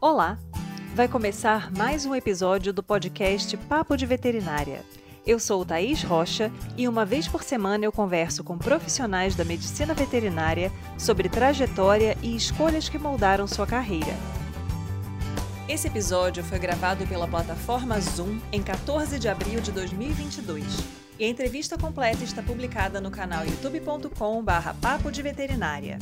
Olá! Vai começar mais um episódio do podcast Papo de Veterinária. Eu sou Thaís Rocha e uma vez por semana eu converso com profissionais da medicina veterinária sobre trajetória e escolhas que moldaram sua carreira. Esse episódio foi gravado pela plataforma Zoom em 14 de abril de 2022 e a entrevista completa está publicada no canal youtube.com/papo de veterinária.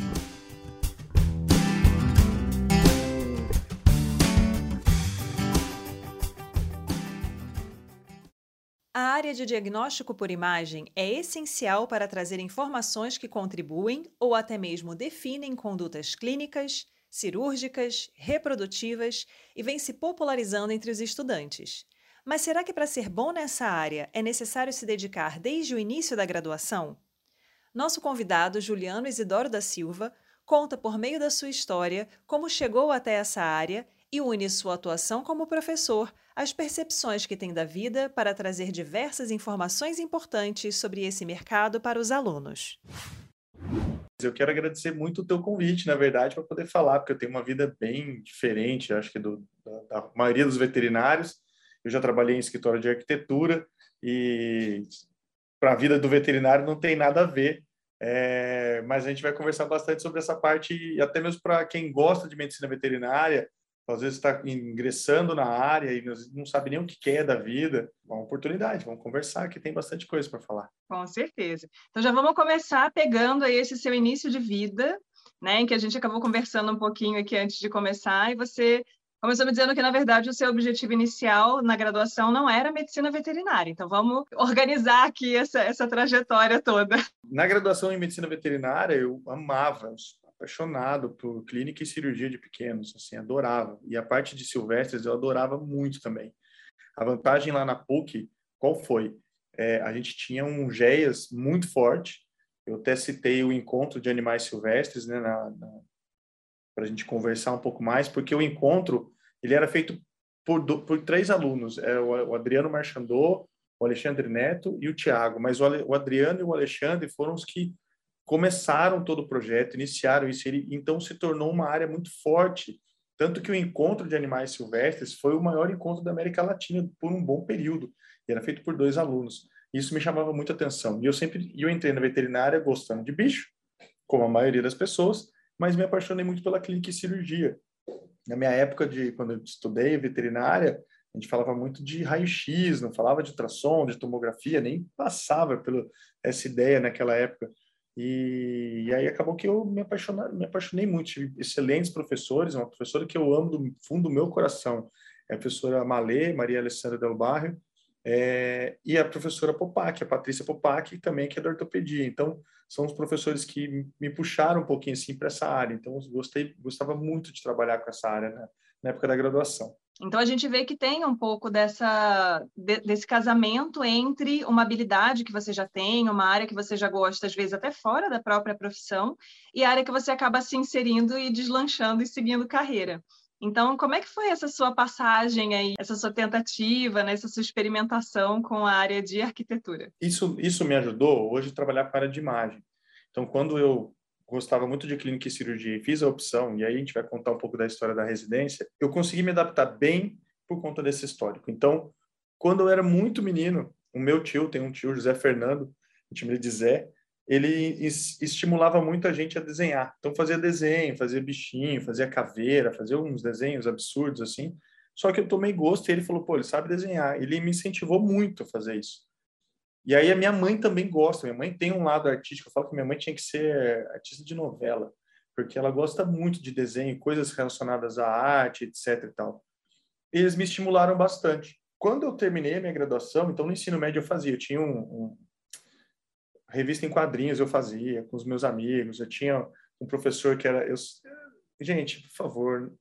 A área de diagnóstico por imagem é essencial para trazer informações que contribuem ou até mesmo definem condutas clínicas, cirúrgicas, reprodutivas e vem se popularizando entre os estudantes. Mas será que para ser bom nessa área é necessário se dedicar desde o início da graduação? Nosso convidado, Juliano Isidoro da Silva, conta por meio da sua história como chegou até essa área e une sua atuação como professor às percepções que tem da vida para trazer diversas informações importantes sobre esse mercado para os alunos. Eu quero agradecer muito o teu convite, na verdade, para poder falar, porque eu tenho uma vida bem diferente, acho que da maioria dos veterinários. Eu já trabalhei em escritório de arquitetura e para a vida do veterinário não tem nada a ver, mas a gente vai conversar bastante sobre essa parte, e até mesmo para quem gosta de medicina veterinária, às vezes está ingressando na área e não sabe nem o que é da vida. Uma oportunidade, vamos conversar, que tem bastante coisa para falar. Com certeza. Então já vamos começar pegando aí esse seu início de vida, né, em que a gente acabou conversando um pouquinho aqui antes de começar, e você começou me dizendo que, na verdade, o seu objetivo inicial na graduação não era medicina veterinária. Então vamos organizar aqui essa trajetória toda. Na graduação em medicina veterinária, eu amava, apaixonado por clínica e cirurgia de pequenos, assim, adorava. E a parte de silvestres eu adorava muito também. A vantagem lá na PUC, qual foi? A gente tinha um GEAS muito forte. Eu até citei o encontro de animais silvestres, né, para a gente conversar um pouco mais, porque o encontro ele era feito por 3 alunos, o Adriano Marchandô, o Alexandre Neto e o Tiago, mas o Adriano e o Alexandre foram os que começaram todo o projeto, iniciaram isso, então se tornou uma área muito forte, tanto que o encontro de animais silvestres foi o maior encontro da América Latina por um bom período, e era feito por 2 alunos. Isso me chamava muita atenção, e eu entrei na veterinária gostando de bicho, como a maioria das pessoas, mas me apaixonei muito pela clínica e cirurgia. Na minha época, quando eu estudei veterinária, a gente falava muito de raio-x, não falava de ultrassom, de tomografia, nem passava por essa ideia naquela época. E aí acabou que eu me apaixonei muito. Tive excelentes professores, uma professora que eu amo do fundo do meu coração, é a professora Malê, Maria Alessandra Del Barrio, e a professora Popac, a Patrícia Popac, também, que é da ortopedia. Então, são os professores que me puxaram um pouquinho assim para essa área. Então, eu gostava muito de trabalhar com essa área, né, na época da graduação. Então, a gente vê que tem um pouco desse casamento entre uma habilidade que você já tem, uma área que você já gosta, às vezes até fora da própria profissão, e a área que você acaba se inserindo e deslanchando e seguindo carreira. Então, como é que foi essa sua passagem aí, essa sua tentativa, né, essa sua experimentação com a área de arquitetura? Isso me ajudou hoje a trabalhar com a área de imagem. Então, quando eu gostava muito de clínica e cirurgia e fiz a opção, e aí a gente vai contar um pouco da história da residência, eu consegui me adaptar bem por conta desse histórico. Então, quando eu era muito menino, o meu tio, tem um tio, José Fernando, a gente chama ele de Zé, ele estimulava muito a gente a desenhar. Então, fazia desenho, fazia bichinho, fazia caveira, fazia uns desenhos absurdos, assim. Só que eu tomei gosto e ele falou, pô, ele sabe desenhar. Ele me incentivou muito a fazer isso. E aí a minha mãe também gosta. Minha mãe tem um lado artístico. Eu falo que minha mãe tinha que ser artista de novela, porque ela gosta muito de desenho, coisas relacionadas à arte, etc. e tal. Eles me estimularam bastante. Quando eu terminei a minha graduação, então no ensino médio eu tinha revista em quadrinhos, eu fazia com os meus amigos. Eu tinha um professor que era... Gente, por favor,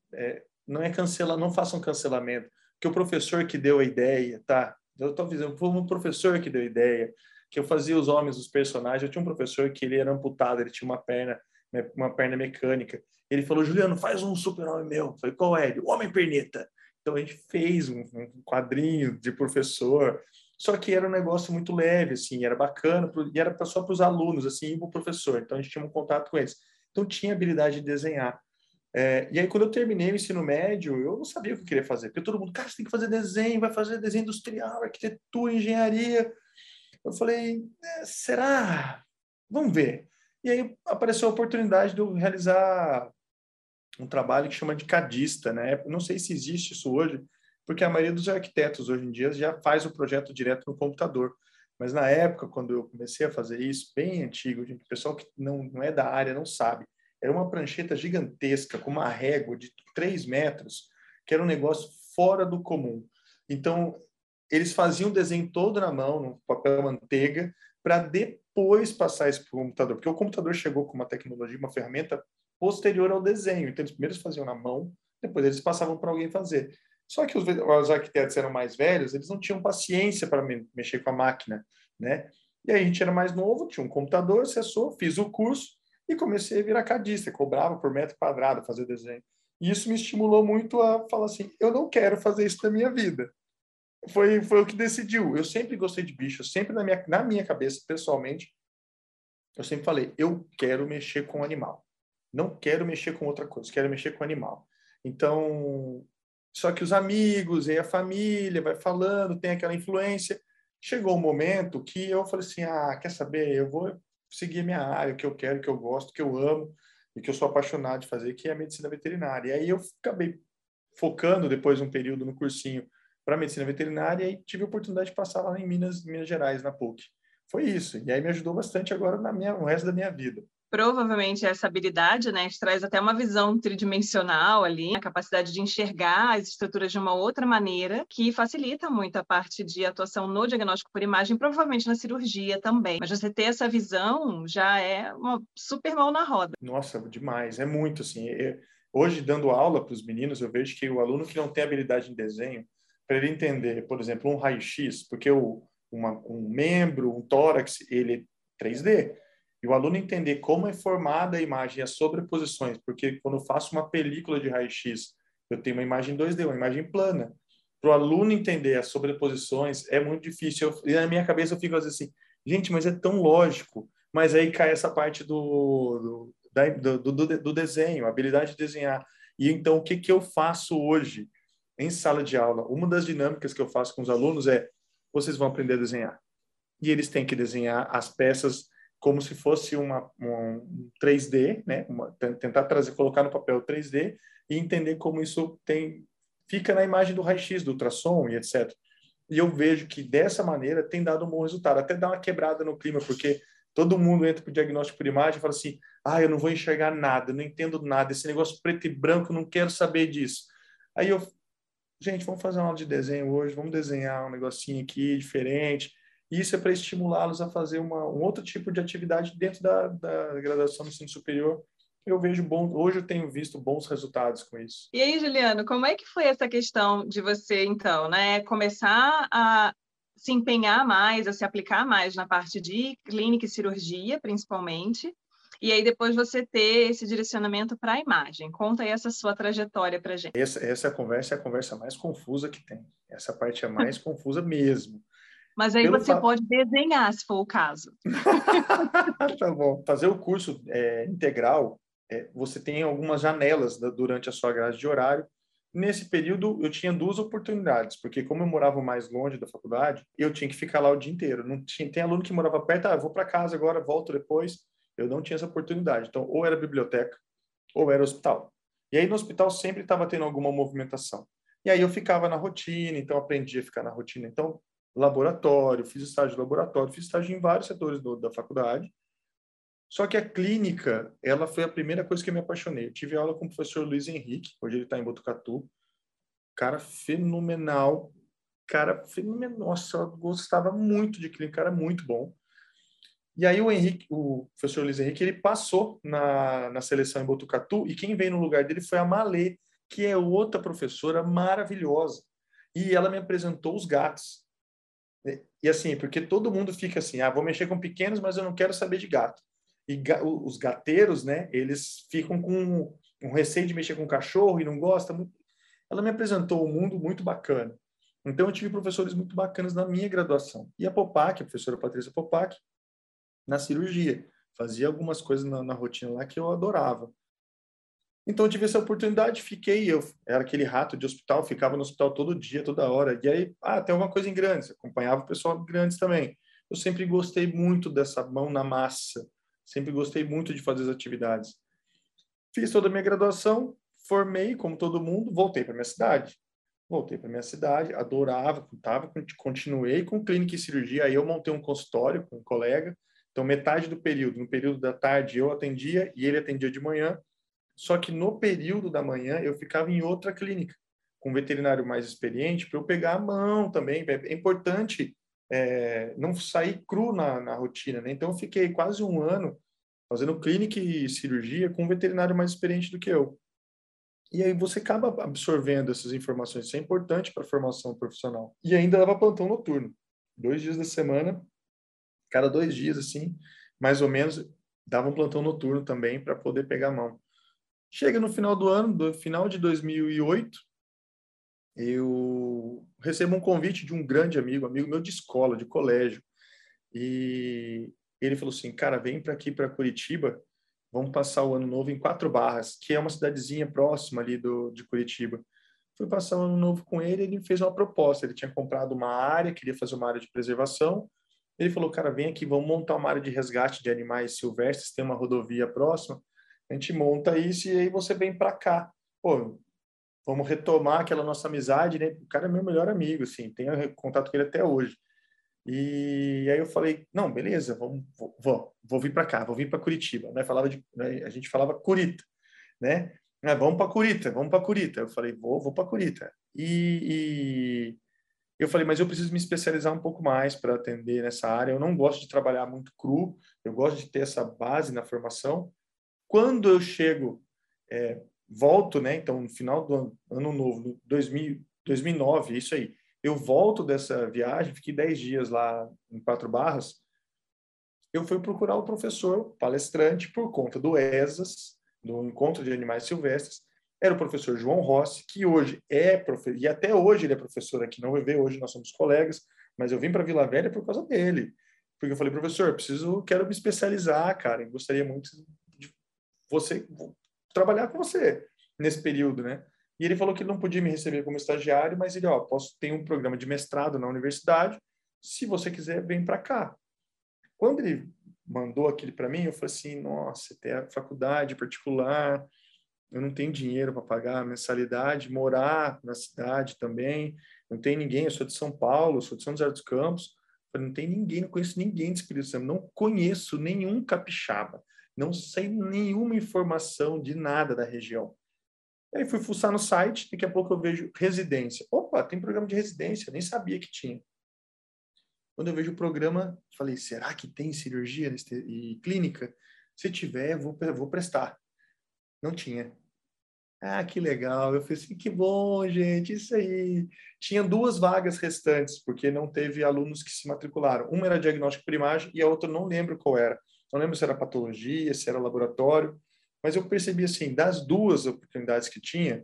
não façam cancelamento, que o professor que deu a ideia, tá? Eu estou dizendo, foi um professor que deu a ideia, que eu fazia os homens, os personagens. Eu tinha um professor que ele era amputado, ele tinha uma perna mecânica. Ele falou, Juliano, faz um super-homem meu. Eu falei, qual é? O Homem-Perneta. Então a gente fez um quadrinho de professor, só que era um negócio muito leve, assim, era bacana, e era só para os alunos, assim, e para o professor. Então a gente tinha um contato com eles. Então tinha habilidade de desenhar. E aí, quando eu terminei o ensino médio, eu não sabia o que eu queria fazer, porque todo mundo, cara, você tem que fazer desenho, vai fazer desenho industrial, arquitetura, engenharia. Eu falei, será? Vamos ver. E aí apareceu a oportunidade de eu realizar um trabalho que chama de cadista, né? Eu não sei se existe isso hoje, porque a maioria dos arquitetos hoje em dia já faz o projeto direto no computador. Mas na época, quando eu comecei a fazer isso, bem antigo, gente, o pessoal que não é da área não sabe. Era uma prancheta gigantesca, com uma régua de 3 metros, que era um negócio fora do comum. Então, eles faziam o desenho todo na mão, no papel manteiga, para depois passar isso para o computador. Porque o computador chegou com uma tecnologia, uma ferramenta posterior ao desenho. Então, eles primeiro faziam na mão, depois eles passavam para alguém fazer. Só que os arquitetos eram mais velhos, eles não tinham paciência para mexer com a máquina, né? E aí a gente era mais novo, tinha um computador, acessou, fiz o curso e comecei a virar cadista, cobrava por metro quadrado fazer desenho. E isso me estimulou muito a falar assim, eu não quero fazer isso na minha vida. Foi o que decidiu. Eu sempre gostei de bicho, sempre na minha cabeça, pessoalmente, eu sempre falei, eu quero mexer com animal. Não quero mexer com outra coisa, quero mexer com animal. Então, só que os amigos e a família vai falando, tem aquela influência. Chegou um momento que eu falei assim, quer saber? Eu vou seguir a minha área, o que eu quero, o que eu gosto, o que eu amo e que eu sou apaixonado de fazer, que é a medicina veterinária. E aí eu acabei focando depois um período no cursinho para medicina veterinária e tive a oportunidade de passar lá em Minas Gerais, na PUC. Foi isso. E aí me ajudou bastante agora no resto da minha vida. Provavelmente essa habilidade, né, te traz até uma visão tridimensional ali, a capacidade de enxergar as estruturas de uma outra maneira, que facilita muito a parte de atuação no diagnóstico por imagem, provavelmente na cirurgia também. Mas você ter essa visão já é uma super mão na roda. Nossa, demais. É muito assim. Hoje, dando aula para os meninos, eu vejo que o aluno que não tem habilidade em desenho, para ele entender, por exemplo, um raio-x, porque um membro, um tórax, ele é 3D. E o aluno entender como é formada a imagem, as sobreposições, porque quando eu faço uma película de raio-x, eu tenho uma imagem 2D, uma imagem plana. Para o aluno entender as sobreposições é muito difícil. E na minha cabeça eu fico assim, gente, mas é tão lógico. Mas aí cai essa parte do desenho, a habilidade de desenhar. E então, o que eu faço hoje em sala de aula? Uma das dinâmicas que eu faço com os alunos é, vocês vão aprender a desenhar. E eles têm que desenhar as peças como se fosse um 3D, né? Tentar colocar no papel 3D e entender como isso fica na imagem do raio-x, do ultrassom e etc. E eu vejo que dessa maneira tem dado um bom resultado. Até dá uma quebrada no clima, porque todo mundo entra para o diagnóstico por imagem e fala assim, eu não vou enxergar nada, não entendo nada, esse negócio preto e branco, não quero saber disso. Aí gente, vamos fazer uma aula de desenho hoje, vamos desenhar um negocinho aqui diferente. Isso é para estimulá-los a fazer um outro tipo de atividade dentro da graduação do ensino superior. Hoje eu tenho visto bons resultados com isso. E aí, Juliano, como é que foi essa questão de você, então, né, começar a se empenhar mais, a se aplicar mais na parte de clínica e cirurgia, principalmente, e aí depois você ter esse direcionamento para a imagem? Conta aí essa sua trajetória para a gente. Essa conversa é a conversa mais confusa que tem. Essa parte é a mais confusa mesmo. Mas aí você pode desenhar, se for o caso. Tá bom. Fazer o curso integral, você tem algumas janelas durante a sua grade de horário. Nesse período, eu tinha 2 oportunidades, porque como eu morava mais longe da faculdade, eu tinha que ficar lá o dia inteiro. Não tinha, tem aluno que morava perto, eu vou para casa agora, volto depois. Eu não tinha essa oportunidade. Então, ou era biblioteca, ou era hospital. E aí, no hospital, sempre estava tendo alguma movimentação. E aí, eu ficava na rotina, então, aprendi a ficar na rotina. Então, laboratório, fiz estágio de laboratório, fiz estágio em vários setores da faculdade. Só que a clínica, ela foi a primeira coisa que eu me apaixonei. Eu tive aula com o professor Luiz Henrique, hoje ele está em Botucatu. Cara fenomenal. Nossa, eu gostava muito de clínica, cara muito bom. E aí o professor Luiz Henrique, ele passou na seleção em Botucatu e quem veio no lugar dele foi a Malê, que é outra professora maravilhosa. E ela me apresentou os gatos. E assim, porque todo mundo fica assim, vou mexer com pequenos, mas eu não quero saber de gato. E os gateiros, né, eles ficam com um receio de mexer com cachorro e não gostam. Ela me apresentou um mundo muito bacana. Então, eu tive professores muito bacanas na minha graduação. E a Popac, a professora Patrícia Popac, na cirurgia. Fazia algumas coisas na rotina lá que eu adorava. Então, eu tive essa oportunidade, fiquei, eu era aquele rato de hospital, ficava no hospital todo dia, toda hora. E aí, tem uma coisa em grandes, acompanhava o pessoal grandes também. Eu sempre gostei muito dessa mão na massa, sempre gostei muito de fazer as atividades. Fiz toda a minha graduação, formei, como todo mundo, voltei para minha cidade. Voltei para minha cidade, adorava, continuei com clínica e cirurgia. Aí eu montei um consultório com um colega. Então, metade do período, no período da tarde, eu atendia e ele atendia de manhã. Só que no período da manhã eu ficava em outra clínica, com um veterinário mais experiente, para eu pegar a mão também. É importante não sair cru na rotina, né? Então eu fiquei quase um ano fazendo clínica e cirurgia com um veterinário mais experiente do que eu. E aí você acaba absorvendo essas informações. Isso é importante para a formação profissional. E ainda dava plantão noturno. 2 dias da semana, cada 2 dias, assim, mais ou menos, dava um plantão noturno também para poder pegar a mão. Chega no final do ano, do final de 2008, eu recebo um convite de um grande amigo meu de escola, de colégio. E ele falou assim, cara, vem para aqui, para Curitiba, vamos passar o ano novo em Quatro Barras, que é uma cidadezinha próxima ali de Curitiba. Fui passar o ano novo com ele, ele fez uma proposta. Ele tinha comprado uma área, queria fazer uma área de preservação. Ele falou, cara, vem aqui, vamos montar uma área de resgate de animais silvestres, tem uma rodovia próxima, a gente monta isso e aí você vem para cá. Pô, vamos retomar aquela nossa amizade, né? O cara é meu melhor amigo, assim, tenho contato com ele até hoje. E aí eu falei, não, beleza, vou vir para cá, vou vir para Curitiba, né? A gente falava Curita, né? Vamos para Curita, vamos para Curita. Eu falei, vou para Curita. E eu falei, mas eu preciso me especializar um pouco mais para atender nessa área. Eu não gosto de trabalhar muito cru, eu gosto de ter essa base na formação. Quando eu chego, volto, né? Então, no final do ano novo, 2009, isso aí. Eu volto dessa viagem, fiquei 10 dias lá em Quatro Barras. Eu fui procurar o professor palestrante por conta do ESAS, do Encontro de Animais Silvestres. Era o professor João Rossi, que hoje é professor, e até hoje ele é professor aqui na UVV, hoje nós somos colegas, mas eu vim para Vila Velha por causa dele. Porque eu falei, professor, quero me especializar, cara, e gostaria muito de trabalhar com você nesse período, né? E ele falou que ele não podia me receber como estagiário, mas ele, tem um programa de mestrado na universidade, se você quiser, vem para cá. Quando ele mandou aquilo para mim, eu falei assim, nossa, tem a faculdade particular, eu não tenho dinheiro para pagar a mensalidade, morar na cidade também, não tem ninguém, eu sou de São Paulo, sou de São José dos Campos, eu falei, não tem ninguém, não conheço ninguém de Espírito Santo, não conheço nenhum capixaba, não sei nenhuma informação de nada da região. Aí fui fuçar no site, daqui a pouco eu vejo residência. Opa, tem programa de residência, nem sabia que tinha. Quando eu vejo o programa, falei, será que tem cirurgia e clínica? Se tiver, vou prestar. Não tinha. Ah, que legal. Eu falei assim, que bom, gente, isso aí. Tinha 2 vagas restantes, porque não teve alunos que se matricularam. Uma era diagnóstico por imagem e a outra não lembro qual era. Não lembro se era patologia, se era laboratório. Mas eu percebi assim, das 2 oportunidades que tinha,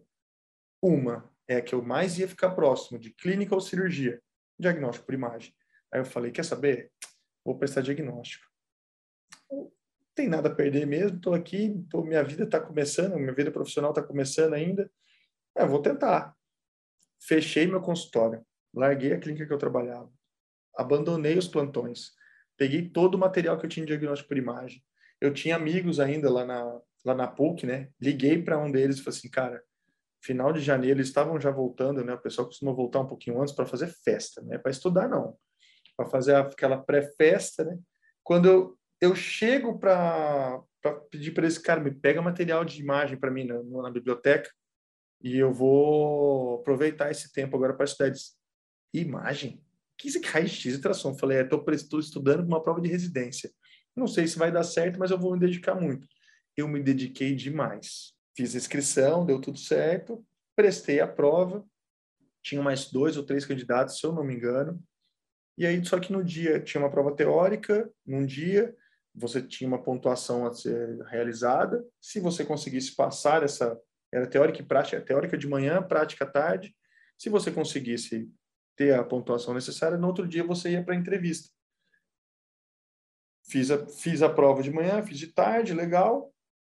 uma é a que eu mais ia ficar próximo, de clínica ou cirurgia, diagnóstico por imagem. Aí eu falei, quer saber? Vou prestar diagnóstico. Não tem nada a perder mesmo, estou aqui, minha vida está começando, minha vida profissional está começando ainda. Vou tentar. Fechei meu consultório, larguei a clínica que eu trabalhava, abandonei os plantões, peguei todo o material que eu tinha de diagnóstico por imagem. Eu tinha amigos ainda lá na PUC, né? Liguei para um deles e falei assim, cara, final de janeiro, eles estavam já voltando, né? O pessoal costuma voltar um pouquinho antes para fazer festa, né? Para estudar, não. Para fazer aquela pré-festa, né? Quando eu chego para pedir para esse cara, me pega material de imagem para mim na biblioteca e eu vou aproveitar esse tempo agora para estudar. Eles, imagem? Que esse raio-x e tração? Eu falei, estou estudando para uma prova de residência. Não sei se vai dar certo, mas eu vou me dedicar muito. Eu me dediquei demais. Fiz a inscrição, deu tudo certo, prestei a prova, tinha mais 2 ou 3 candidatos, se eu não me engano, e aí só que no dia tinha uma prova teórica, num dia você tinha uma pontuação a ser realizada, se você conseguisse passar era teórica e prática, teórica de manhã, prática à tarde, se você conseguisse ter a pontuação necessária, no outro dia você ia para a entrevista. Fiz a prova de manhã, fiz de tarde, legal.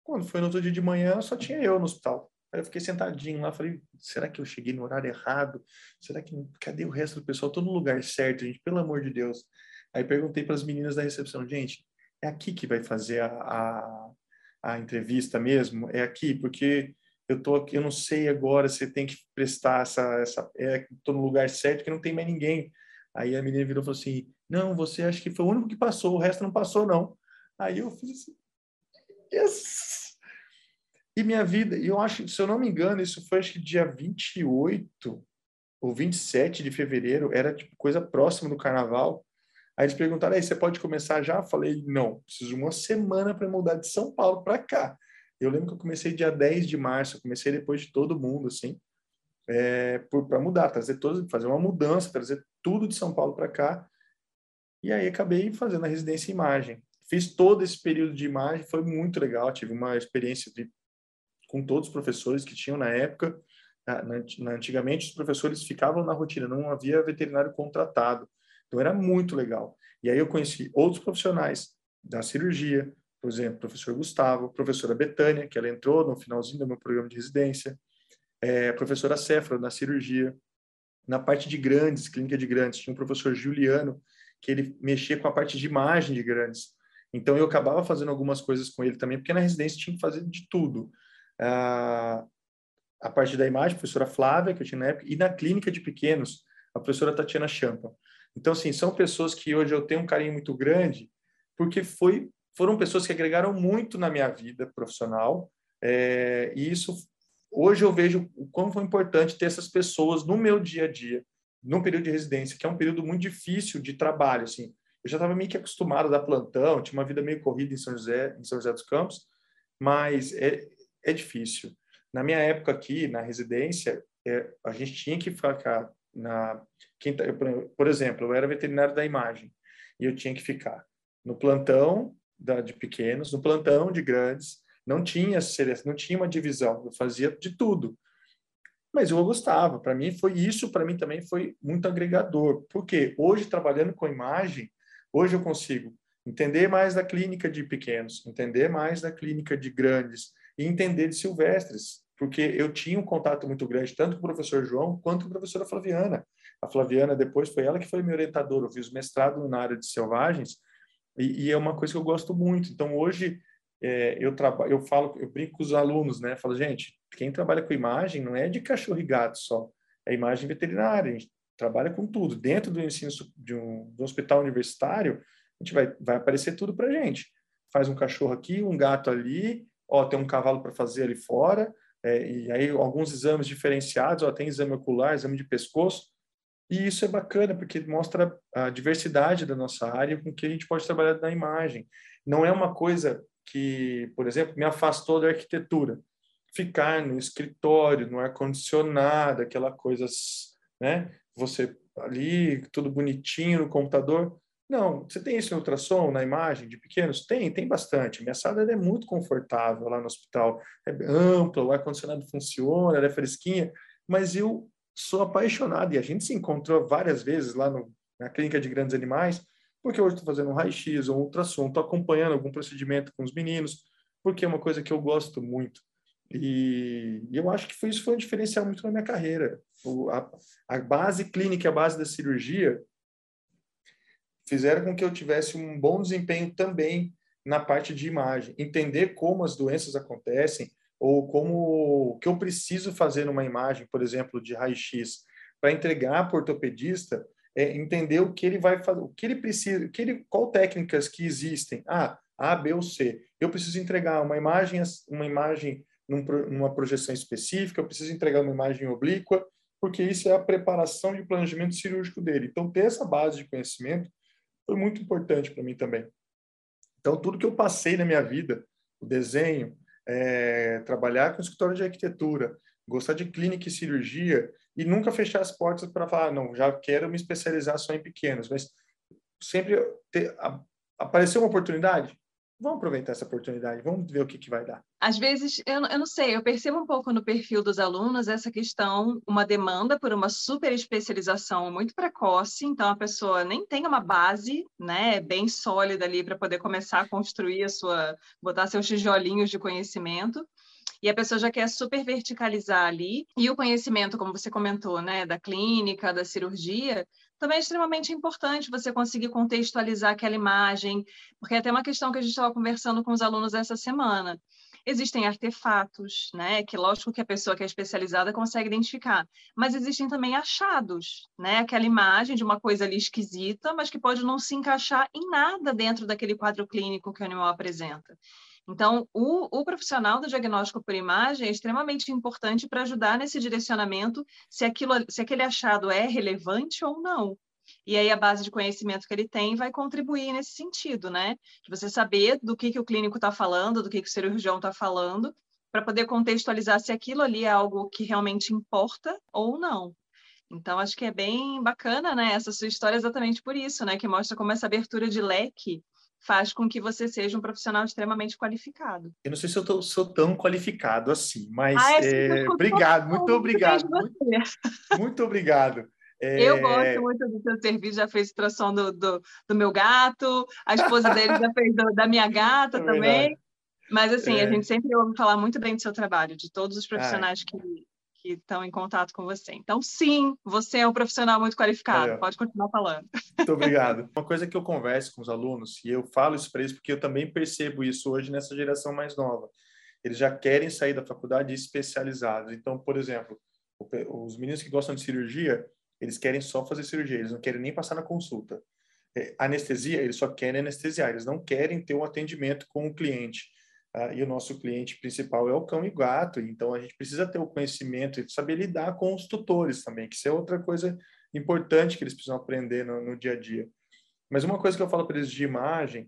Quando foi no outro dia de manhã, só tinha eu no hospital. Aí eu fiquei sentadinho lá, falei, será que eu cheguei no horário errado? Será que, cadê o resto do pessoal? Estou no lugar certo, gente, pelo amor de Deus. Aí perguntei para as meninas da recepção, gente, é aqui que vai fazer a entrevista mesmo? É aqui? Porque eu tô aqui, eu não sei agora se tem que prestar estou no lugar certo, que não tem mais ninguém. Aí a menina virou e falou assim, não, você acha que foi o único que passou, o resto não passou, não. Aí eu fiz assim, yes! E minha vida, eu acho, se eu não me engano, isso foi acho que dia 28 ou 27 de fevereiro, era tipo coisa próxima do carnaval. Aí eles perguntaram, aí, você pode começar já? Eu falei, não, preciso de uma semana para mudar de São Paulo para cá. Eu lembro que eu comecei dia 10 de março, eu comecei depois de todo mundo, assim, para mudar, fazer uma mudança, trazer tudo de São Paulo para cá. E aí acabei fazendo a residência em imagem. Fiz todo esse período de imagem, foi muito legal, tive uma experiência com todos os professores que tinham na época. Antigamente, os professores ficavam na rotina, não havia veterinário contratado. Então, era muito legal. E aí eu conheci outros profissionais da cirurgia, por exemplo, o professor Gustavo, a professora Betânia, que ela entrou no finalzinho do meu programa de residência, a professora Cefra, na cirurgia. Na parte de grandes, clínica de grandes, tinha um professor Juliano, que ele mexia com a parte de imagem de grandes. Então, eu acabava fazendo algumas coisas com ele também, porque na residência tinha que fazer de tudo. A parte da imagem, a professora Flávia, que eu tinha na época, e na clínica de pequenos, a professora Tatiana Champa. Então, assim, são pessoas que hoje eu tenho um carinho muito grande, porque foram pessoas que agregaram muito na minha vida profissional, e isso, hoje eu vejo o quão foi importante ter essas pessoas no meu dia a dia, no período de residência, que é um período muito difícil de trabalho, assim. Eu já estava meio que acostumado a dar plantão, tinha uma vida meio corrida em São José dos Campos, mas é difícil. Na minha época aqui, na residência, a gente tinha que ficar por exemplo, eu era veterinário da imagem e eu tinha que ficar no plantão de pequenos, no plantão de grandes, não tinha uma divisão, eu fazia de tudo. Mas eu gostava, para mim também foi muito agregador, porque hoje trabalhando com imagem, hoje eu consigo entender mais da clínica de pequenos, entender mais da clínica de grandes e entender de silvestres, porque eu tinha um contato muito grande tanto com o professor João quanto com a professora Flaviana. A Flaviana depois foi ela que foi minha orientadora, eu fiz mestrado na área de selvagens e é uma coisa que eu gosto muito. Então hoje eu brinco com os alunos, né? Falo, gente, quem trabalha com imagem não é de cachorro e gato só, é imagem veterinária, a gente trabalha com tudo. Dentro do ensino de um hospital universitário, a gente vai aparecer tudo para a gente. Faz um cachorro aqui, um gato ali, ó, tem um cavalo para fazer ali fora, e aí alguns exames diferenciados, ó, tem exame ocular, exame de pescoço, e isso é bacana, porque mostra a diversidade da nossa área com que a gente pode trabalhar na imagem. Não é uma coisa que, por exemplo, me afastou da arquitetura. Ficar no escritório, no ar-condicionado, aquela coisa, né? Você ali, tudo bonitinho no computador. Não, você tem esse ultrassom na imagem de pequenos? Tem bastante. Minha sala é muito confortável lá no hospital. É ampla, o ar-condicionado funciona, ela é fresquinha, mas eu sou apaixonado, e a gente se encontrou várias vezes lá na clínica de grandes animais, porque hoje estou fazendo um raio-x ou um ultrassom, estou acompanhando algum procedimento com os meninos, porque é uma coisa que eu gosto muito. E eu acho que isso foi um diferencial muito na minha carreira. A base clínica, a base da cirurgia, fizeram com que eu tivesse um bom desempenho também na parte de imagem. Entender como as doenças acontecem, ou como o que eu preciso fazer numa imagem, por exemplo, de raio-x, para entregar para o ortopedista, entender o que ele vai fazer, o que ele precisa, qual técnicas que existem. A, B ou C. Eu preciso entregar uma imagem numa projeção específica, eu preciso entregar uma imagem oblíqua, porque isso é a preparação de planejamento cirúrgico dele. Então, ter essa base de conhecimento foi muito importante para mim também. Então, tudo que eu passei na minha vida, o desenho, trabalhar com escritório de arquitetura, gostar de clínica e cirurgia, e nunca fechar as portas para falar, não, já quero me especializar só em pequenos, mas sempre apareceu uma oportunidade, Vamos aproveitar essa oportunidade, vamos ver o que vai dar. Às vezes, eu não sei, eu percebo um pouco no perfil dos alunos essa questão, uma demanda por uma super especialização muito precoce, então a pessoa nem tem uma base, né, bem sólida ali para poder começar a construir botar seus tijolinhos de conhecimento, e a pessoa já quer super verticalizar ali, e o conhecimento, como você comentou, né, da clínica, da cirurgia, também é extremamente importante você conseguir contextualizar aquela imagem, porque é até uma questão que a gente estava conversando com os alunos essa semana. Existem artefatos, né, que lógico que a pessoa que é especializada consegue identificar, mas existem também achados, né, aquela imagem de uma coisa ali esquisita, mas que pode não se encaixar em nada dentro daquele quadro clínico que o animal apresenta. Então, o profissional do diagnóstico por imagem é extremamente importante para ajudar nesse direcionamento se aquele achado é relevante ou não. E aí a base de conhecimento que ele tem vai contribuir nesse sentido, né? De você saber do que o clínico está falando, do que o cirurgião está falando, para poder contextualizar se aquilo ali é algo que realmente importa ou não. Então, acho que é bem bacana, né? Essa sua história exatamente por isso, né? Que mostra como essa abertura de leque faz com que você seja um profissional extremamente qualificado. Eu não sei se eu sou tão qualificado assim, mas Ah, é super obrigado, muito muito bem de obrigado, você. muito obrigado. Eu gosto muito do seu serviço, já fez ultrassom do meu gato, a esposa dele já fez da minha gata É também. verdade. Mas, assim, a gente sempre ouve falar muito bem do seu trabalho, de todos os Ai, profissionais que estão em contato com você. Então, sim, você é um profissional muito qualificado. valeu. Pode continuar falando. Muito obrigado. Uma coisa que eu converso com os alunos, e eu falo isso para eles porque eu também percebo isso hoje nessa geração mais nova. Eles já querem sair da faculdade especializados. Então, por exemplo, os meninos que gostam de cirurgia, eles querem só fazer cirurgia, eles não querem nem passar na consulta. Anestesia, eles só querem anestesiar, eles não querem ter um atendimento com o cliente. E o nosso cliente principal é o cão e gato, então a gente precisa ter o conhecimento e saber lidar com os tutores também, que isso é outra coisa importante que eles precisam aprender no dia a dia. Mas uma coisa que eu falo para eles de imagem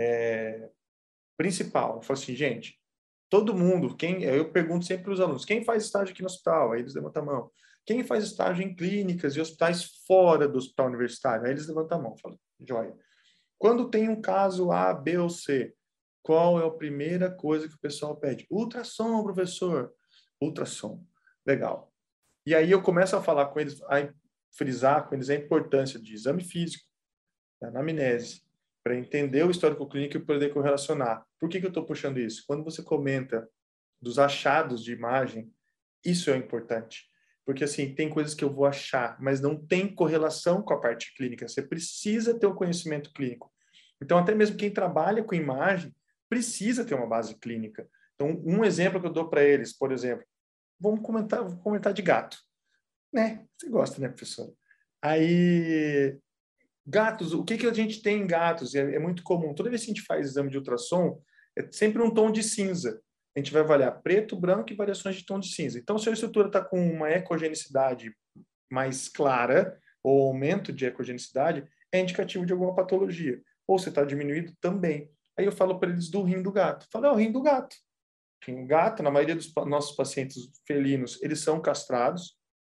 é principal. Eu falo assim, gente, todo mundo, eu pergunto sempre para os alunos, quem faz estágio aqui no hospital? Aí eles levantam a mão. Quem faz estágio em clínicas e hospitais fora do hospital universitário? Aí eles levantam a mão. Falam, joia. Quando tem um caso A, B ou C, qual é a primeira coisa que o pessoal pede? Ultrassom, professor. Ultrassom. Legal. E aí eu começo a falar com eles, a frisar com eles a importância de exame físico, da anamnese, para entender o histórico clínico e poder correlacionar. Por que eu estou puxando isso? Quando você comenta dos achados de imagem, isso é importante. Porque, assim, tem coisas que eu vou achar, mas não tem correlação com a parte clínica. Você precisa ter o conhecimento clínico. Então, até mesmo quem trabalha com imagem precisa ter uma base clínica. Então, um exemplo que eu dou para eles, por exemplo, vou comentar de gato. Né? Você gosta, né, professor? Aí, gatos, o que a gente tem em gatos? É muito comum. Toda vez que a gente faz exame de ultrassom, é sempre um tom de cinza. A gente vai avaliar preto, branco e variações de tom de cinza. Então, se a estrutura está com uma ecogenicidade mais clara, ou aumento de ecogenicidade, é indicativo de alguma patologia. Ou se está diminuído, também. Aí eu falo para eles do rim do gato. Falo, é o rim do gato. O gato, na maioria dos nossos pacientes felinos, eles são castrados.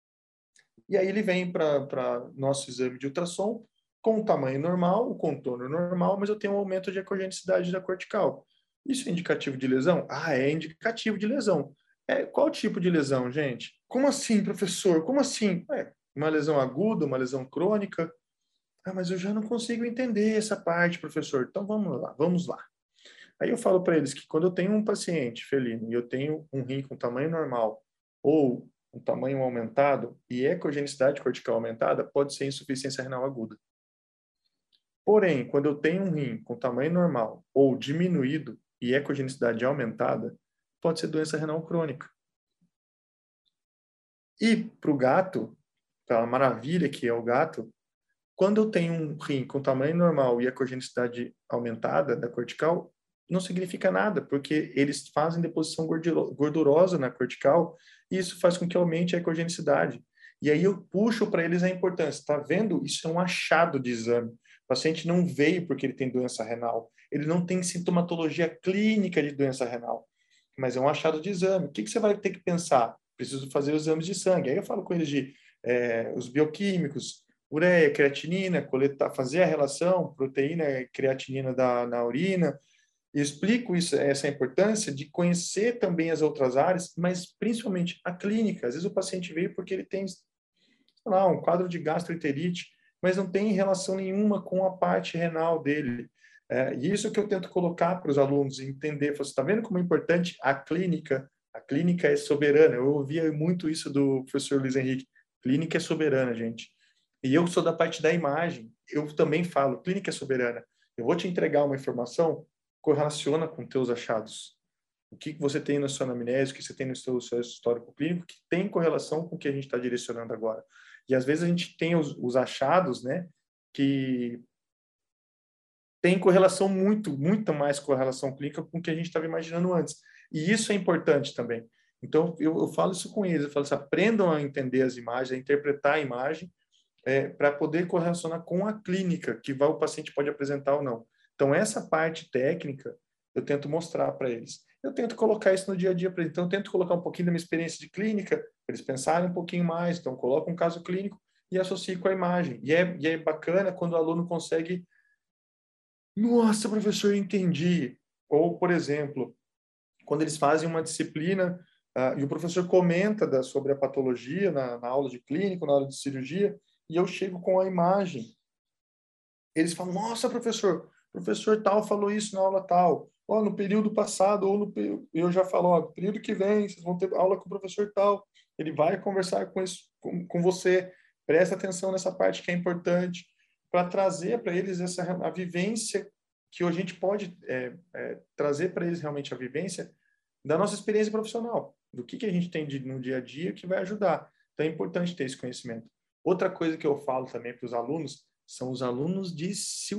E aí ele vem para nosso exame de ultrassom com o tamanho normal, o contorno normal, mas eu tenho um aumento de ecogenicidade da cortical. Isso é indicativo de lesão? Ah, é indicativo de lesão. Qual tipo de lesão, gente? Como assim, professor? Como assim? Uma lesão aguda, uma lesão crônica? Ah, mas eu já não consigo entender essa parte, professor. Então vamos lá. Aí eu falo para eles que quando eu tenho um paciente felino e eu tenho um rim com tamanho normal ou um tamanho aumentado e ecogenicidade cortical aumentada, pode ser insuficiência renal aguda. Porém, quando eu tenho um rim com tamanho normal ou diminuído e ecogenicidade aumentada, pode ser doença renal crônica. E para o gato, para a maravilha que é o gato, quando eu tenho um rim com tamanho normal e ecogenicidade aumentada da cortical, não significa nada, porque eles fazem deposição gordurosa na cortical e isso faz com que aumente a ecogenicidade. E aí eu puxo para eles a importância. Está vendo? Isso é um achado de exame. O paciente não veio porque ele tem doença renal. Ele não tem sintomatologia clínica de doença renal, mas é um achado de exame. O que você vai ter que pensar? Preciso fazer os exames de sangue. Aí eu falo com eles de os bioquímicos, ureia, creatinina, fazer a relação proteína e creatinina na urina, E explico isso, essa importância de conhecer também as outras áreas, mas principalmente a clínica. Às vezes o paciente veio porque ele tem, sei lá, um quadro de gastroenterite, mas não tem relação nenhuma com a parte renal dele. E isso que eu tento colocar para os alunos, entender. Você está vendo como é importante a clínica? A clínica é soberana. Eu ouvia muito isso do professor Luiz Henrique. Clínica é soberana, gente. E eu sou da parte da imagem. Eu também falo, clínica é soberana. Eu vou te entregar uma informação, correlaciona com teus achados. O que você tem na sua anamnese, o que você tem no seu histórico clínico, que tem correlação com o que a gente está direcionando agora. E às vezes a gente tem os achados, né, que tem correlação muita mais correlação clínica com o que a gente estava imaginando antes. E isso é importante também. Então, eu falo isso com eles, eu falo assim, aprendam a entender as imagens, a interpretar a imagem, para poder correlacionar com a clínica, que o paciente pode apresentar ou não. Então, essa parte técnica, eu tento mostrar para eles. Eu tento colocar isso no dia a dia para eles. Então, eu tento colocar um pouquinho da minha experiência de clínica, para eles pensarem um pouquinho mais. Então, coloco um caso clínico e associo com a imagem. E é bacana quando o aluno consegue... Nossa, professor, eu entendi. Ou, por exemplo, quando eles fazem uma disciplina e o professor comenta sobre a patologia na aula de clínico, na aula de cirurgia, e eu chego com a imagem. Eles falam, nossa, professor tal falou isso na aula tal. No período passado, eu já falo, no período que vem, vocês vão ter aula com o professor tal. Ele vai conversar com você. Presta atenção nessa parte que é importante, para trazer para eles a vivência que a gente pode trazer para eles realmente a vivência da nossa experiência profissional, do que a gente tem no dia a dia que vai ajudar. Então é importante ter esse conhecimento. Outra coisa que eu falo também para os alunos são os alunos de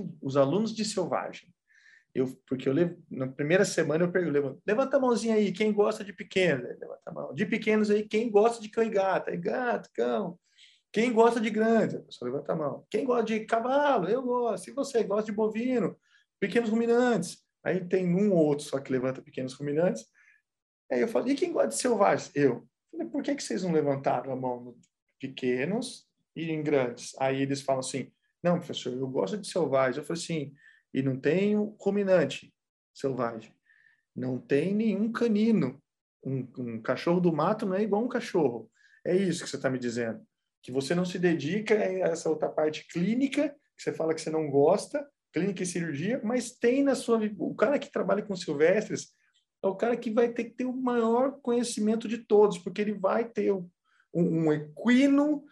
selvagem. Porque na primeira semana eu pergunto, levanta a mãozinha aí, quem gosta de pequenos? Levanta a mão. De pequenos aí, quem gosta de cão e gato? É gato, cão. Quem gosta de grande? Só levanta a mão. Quem gosta de cavalo? Eu gosto. E você gosta de bovino? Pequenos ruminantes? Aí tem um ou outro só que levanta pequenos ruminantes. Aí eu falo, e quem gosta de selvagens? Eu. Falei, por que vocês não levantaram a mão no pequenos e em grandes? Aí eles falam assim, não, professor, eu gosto de selvagens. Eu falei assim, e não tem ruminante selvagem. Não tem nenhum canino. Um cachorro do mato não é igual um cachorro. É isso que você está me dizendo. Que você não se dedica a essa outra parte clínica, que você fala que você não gosta, clínica e cirurgia, mas tem na sua... O cara que trabalha com silvestres é o cara que vai ter que ter o maior conhecimento de todos, porque ele vai ter um equino,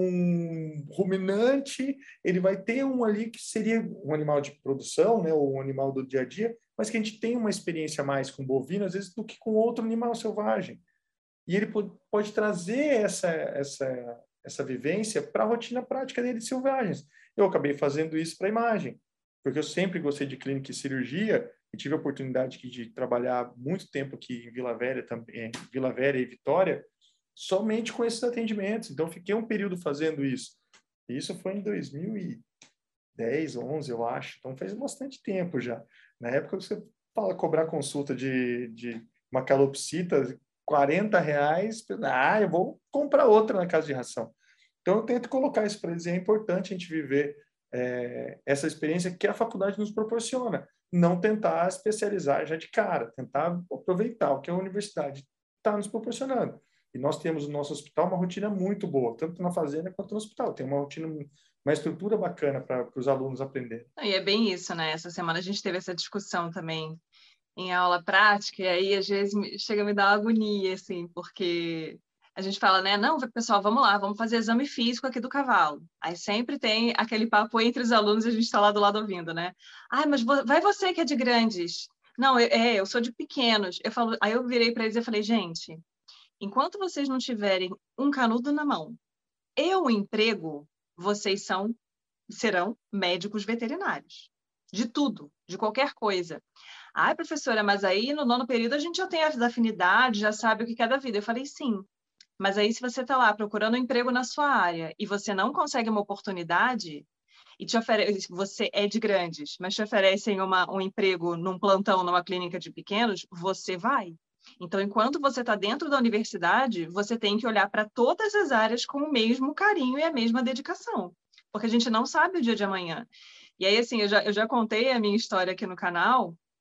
um ruminante, ele vai ter um ali que seria um animal de produção, né, ou um animal do dia a dia, mas que a gente tem uma experiência mais com bovino, às vezes, do que com outro animal selvagem. E ele pode trazer essa vivência para a rotina prática dele de selvagens. Eu acabei fazendo isso para a imagem, porque eu sempre gostei de clínica e cirurgia e tive a oportunidade de trabalhar muito tempo aqui em Vila Velha, também, Vila Velha e Vitória, somente com esses atendimentos. Então, fiquei um período fazendo isso. E isso foi em 2010, 11, eu acho. Então, faz bastante tempo já. Na época, você fala cobrar consulta de uma calopsita, R$40, eu vou comprar outra na casa de ração. Então, eu tento colocar isso para eles. É importante a gente viver essa experiência que a faculdade nos proporciona. Não tentar especializar já de cara, tentar aproveitar o que a universidade está nos proporcionando. E nós temos no nosso hospital uma rotina muito boa, tanto na fazenda quanto no hospital. Tem uma rotina, uma estrutura bacana para os alunos aprenderem. E é bem isso, né? Essa semana a gente teve essa discussão também em aula prática, e aí às vezes chega a me dar uma agonia, assim, porque a gente fala, né? Não, pessoal, vamos lá, vamos fazer exame físico aqui do cavalo. Aí sempre tem aquele papo entre os alunos e a gente está lá do lado ouvindo, né? Ah, mas vai você que é de grandes. Não, eu sou de pequenos. Aí eu virei para eles e falei, gente, enquanto vocês não tiverem um canudo na mão e um emprego, vocês serão médicos veterinários. De tudo, de qualquer coisa. Ai, professora, mas aí no 9º período a gente já tem as afinidades, já sabe o que é da vida. Eu falei, sim. Mas aí se você está lá procurando um emprego na sua área e você não consegue uma oportunidade e você é de grandes, mas te oferecem um emprego num plantão, numa clínica de pequenos, você vai. Então, enquanto você está dentro da universidade, você tem que olhar para todas as áreas com o mesmo carinho e a mesma dedicação, porque a gente não sabe o dia de amanhã. E aí, assim, eu já contei a minha história aqui no canal.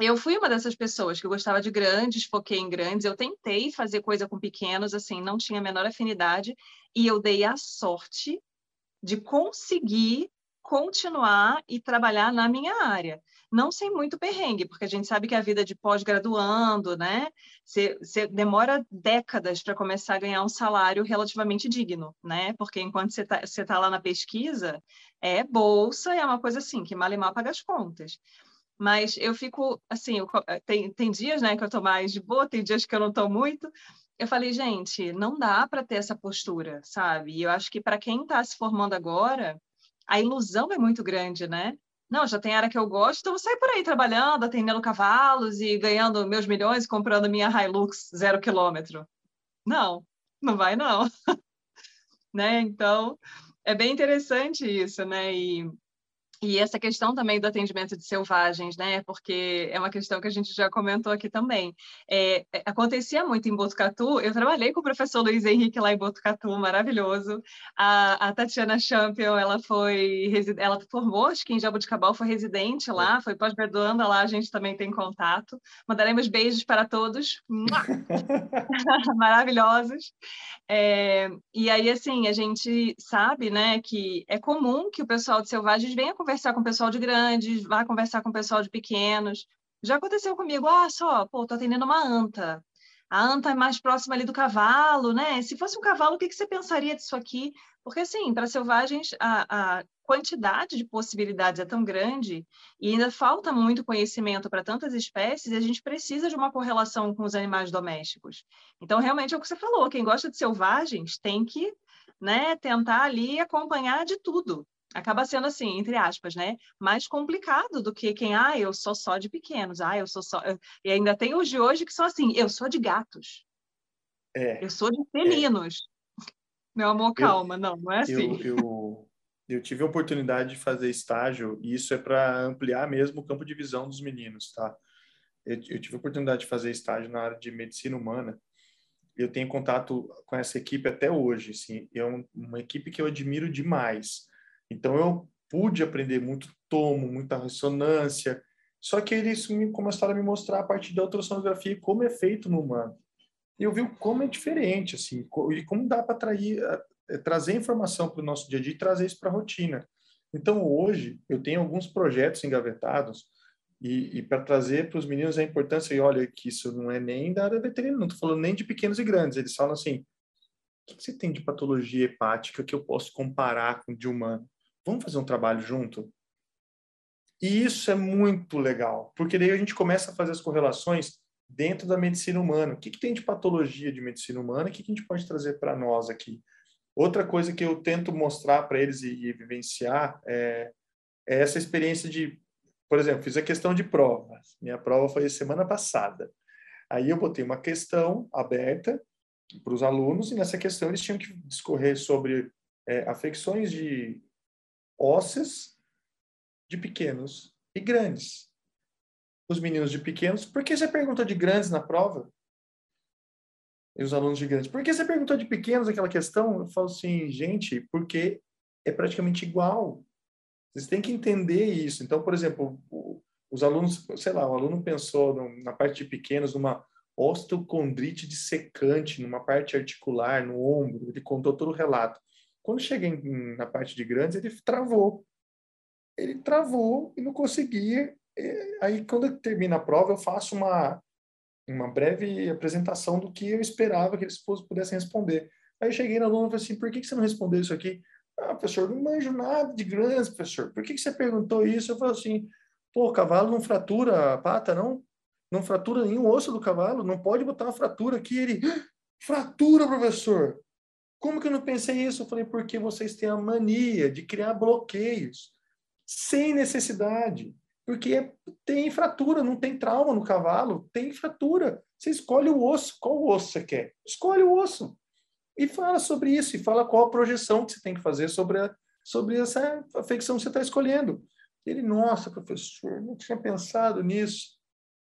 eu fui uma dessas pessoas que gostava de grandes, foquei em grandes, eu tentei fazer coisa com pequenos, assim, não tinha a menor afinidade, e eu dei a sorte de conseguir continuar e trabalhar na minha área. Não sem muito perrengue, porque a gente sabe que a vida de pós-graduando, né? Você demora décadas para começar a ganhar um salário relativamente digno, né? Porque enquanto você tá lá na pesquisa, é bolsa e é uma coisa assim, que mal e mal paga as contas. Mas eu fico, assim, tem dias, né, que eu tô mais de boa, tem dias que eu não tô muito. Eu falei, gente, não dá para ter essa postura, sabe? E eu acho que para quem está se formando agora, a ilusão é muito grande, né? Não, já tem área que eu gosto, então eu vou sair por aí trabalhando, atendendo cavalos e ganhando meus milhões, comprando minha Hilux 0 km. Não, não vai não, né? Então, é bem interessante isso, né? E essa questão também do atendimento de selvagens, né? Porque é uma questão que a gente já comentou aqui também. Acontecia muito em Botucatu. Eu trabalhei com o professor Luiz Henrique lá em Botucatu, maravilhoso. A Tatiana Champion, ela formou, acho que em Jaboticabal, foi residente lá, foi pós-graduanda lá, a gente também tem contato. Mandaremos beijos para todos. Maravilhosos. E aí, assim, a gente sabe, né, que é comum que o pessoal de selvagens venha conversar com o pessoal de grandes, vá conversar com o pessoal de pequenos. Já aconteceu comigo, só, pô, tô atendendo uma anta. A anta é mais próxima ali do cavalo, né? Se fosse um cavalo, o que você pensaria disso aqui? Porque, assim, para selvagens, a quantidade de possibilidades é tão grande e ainda falta muito conhecimento para tantas espécies e a gente precisa de uma correlação com os animais domésticos. Então, realmente é o que você falou, quem gosta de selvagens tem que, né, tentar ali acompanhar de tudo. Acaba sendo assim, entre aspas, né, mais complicado do que quem, eu sou só de pequenos, eu sou só... E ainda tem os de hoje que são assim, eu sou de gatos, É, eu sou de é. felinos. Meu amor, Eu, calma, não é assim. eu tive a oportunidade de fazer estágio, e isso é para ampliar mesmo o campo de visão dos meninos, tá? Eu tive a oportunidade de fazer estágio na área de medicina humana. Eu tenho contato com essa equipe até hoje, assim, é uma equipe que eu admiro demais. Então eu pude aprender muito tomo, muita ressonância, só que eles começaram a me mostrar a partir da ultrassonografia como é feito no humano. E eu vi como é diferente, assim, e como dá para trazer informação para o nosso dia a dia e trazer isso para a rotina. Então, hoje, eu tenho alguns projetos engavetados e para trazer para os meninos a importância, e olha, que isso não é nem da área veterinária, não estou falando nem de pequenos e grandes, eles falam assim, o que você tem de patologia hepática que eu posso comparar com de humano? Vamos fazer um trabalho junto? E isso é muito legal, porque daí a gente começa a fazer as correlações dentro da medicina humana. O que tem de patologia de medicina humana? O que a gente pode trazer para nós aqui? Outra coisa que eu tento mostrar para eles e vivenciar é essa experiência de, por exemplo, fiz a questão de prova. Minha prova foi semana passada. Aí eu botei uma questão aberta para os alunos e nessa questão eles tinham que discorrer sobre afecções de ósseas de pequenos e grandes. Os meninos de pequenos, por que você perguntou de grandes na prova? E os alunos de grandes, por que você perguntou de pequenos aquela questão? Eu falo assim, gente, porque é praticamente igual. Vocês têm que entender isso. Então, por exemplo, os alunos, sei lá, o aluno pensou na parte de pequenos, numa osteocondrite dissecante, numa parte articular, no ombro, ele contou todo o relato. Quando chega na parte de grandes, ele travou. Ele travou e não conseguia. Aí, quando termina a prova, eu faço uma breve apresentação do que eu esperava que eles pudessem responder. Aí eu cheguei na aluna e falei assim, por que você não respondeu isso aqui? Professor, não manjo nada de grandes, professor. Por que você perguntou isso? Eu falei assim, pô, o cavalo não fratura a pata, não? Não fratura nenhum osso do cavalo? Não pode botar uma fratura aqui. Ele, fratura, professor! Como que eu não pensei isso? Eu falei, porque vocês têm a mania de criar bloqueios sem necessidade. Porque tem fratura, não tem trauma no cavalo, tem fratura. Você escolhe o osso. Qual osso você quer? Escolhe o osso. E fala sobre isso, e fala qual a projeção que você tem que fazer sobre essa afecção que você está escolhendo. Ele, nossa, professor, não tinha pensado nisso.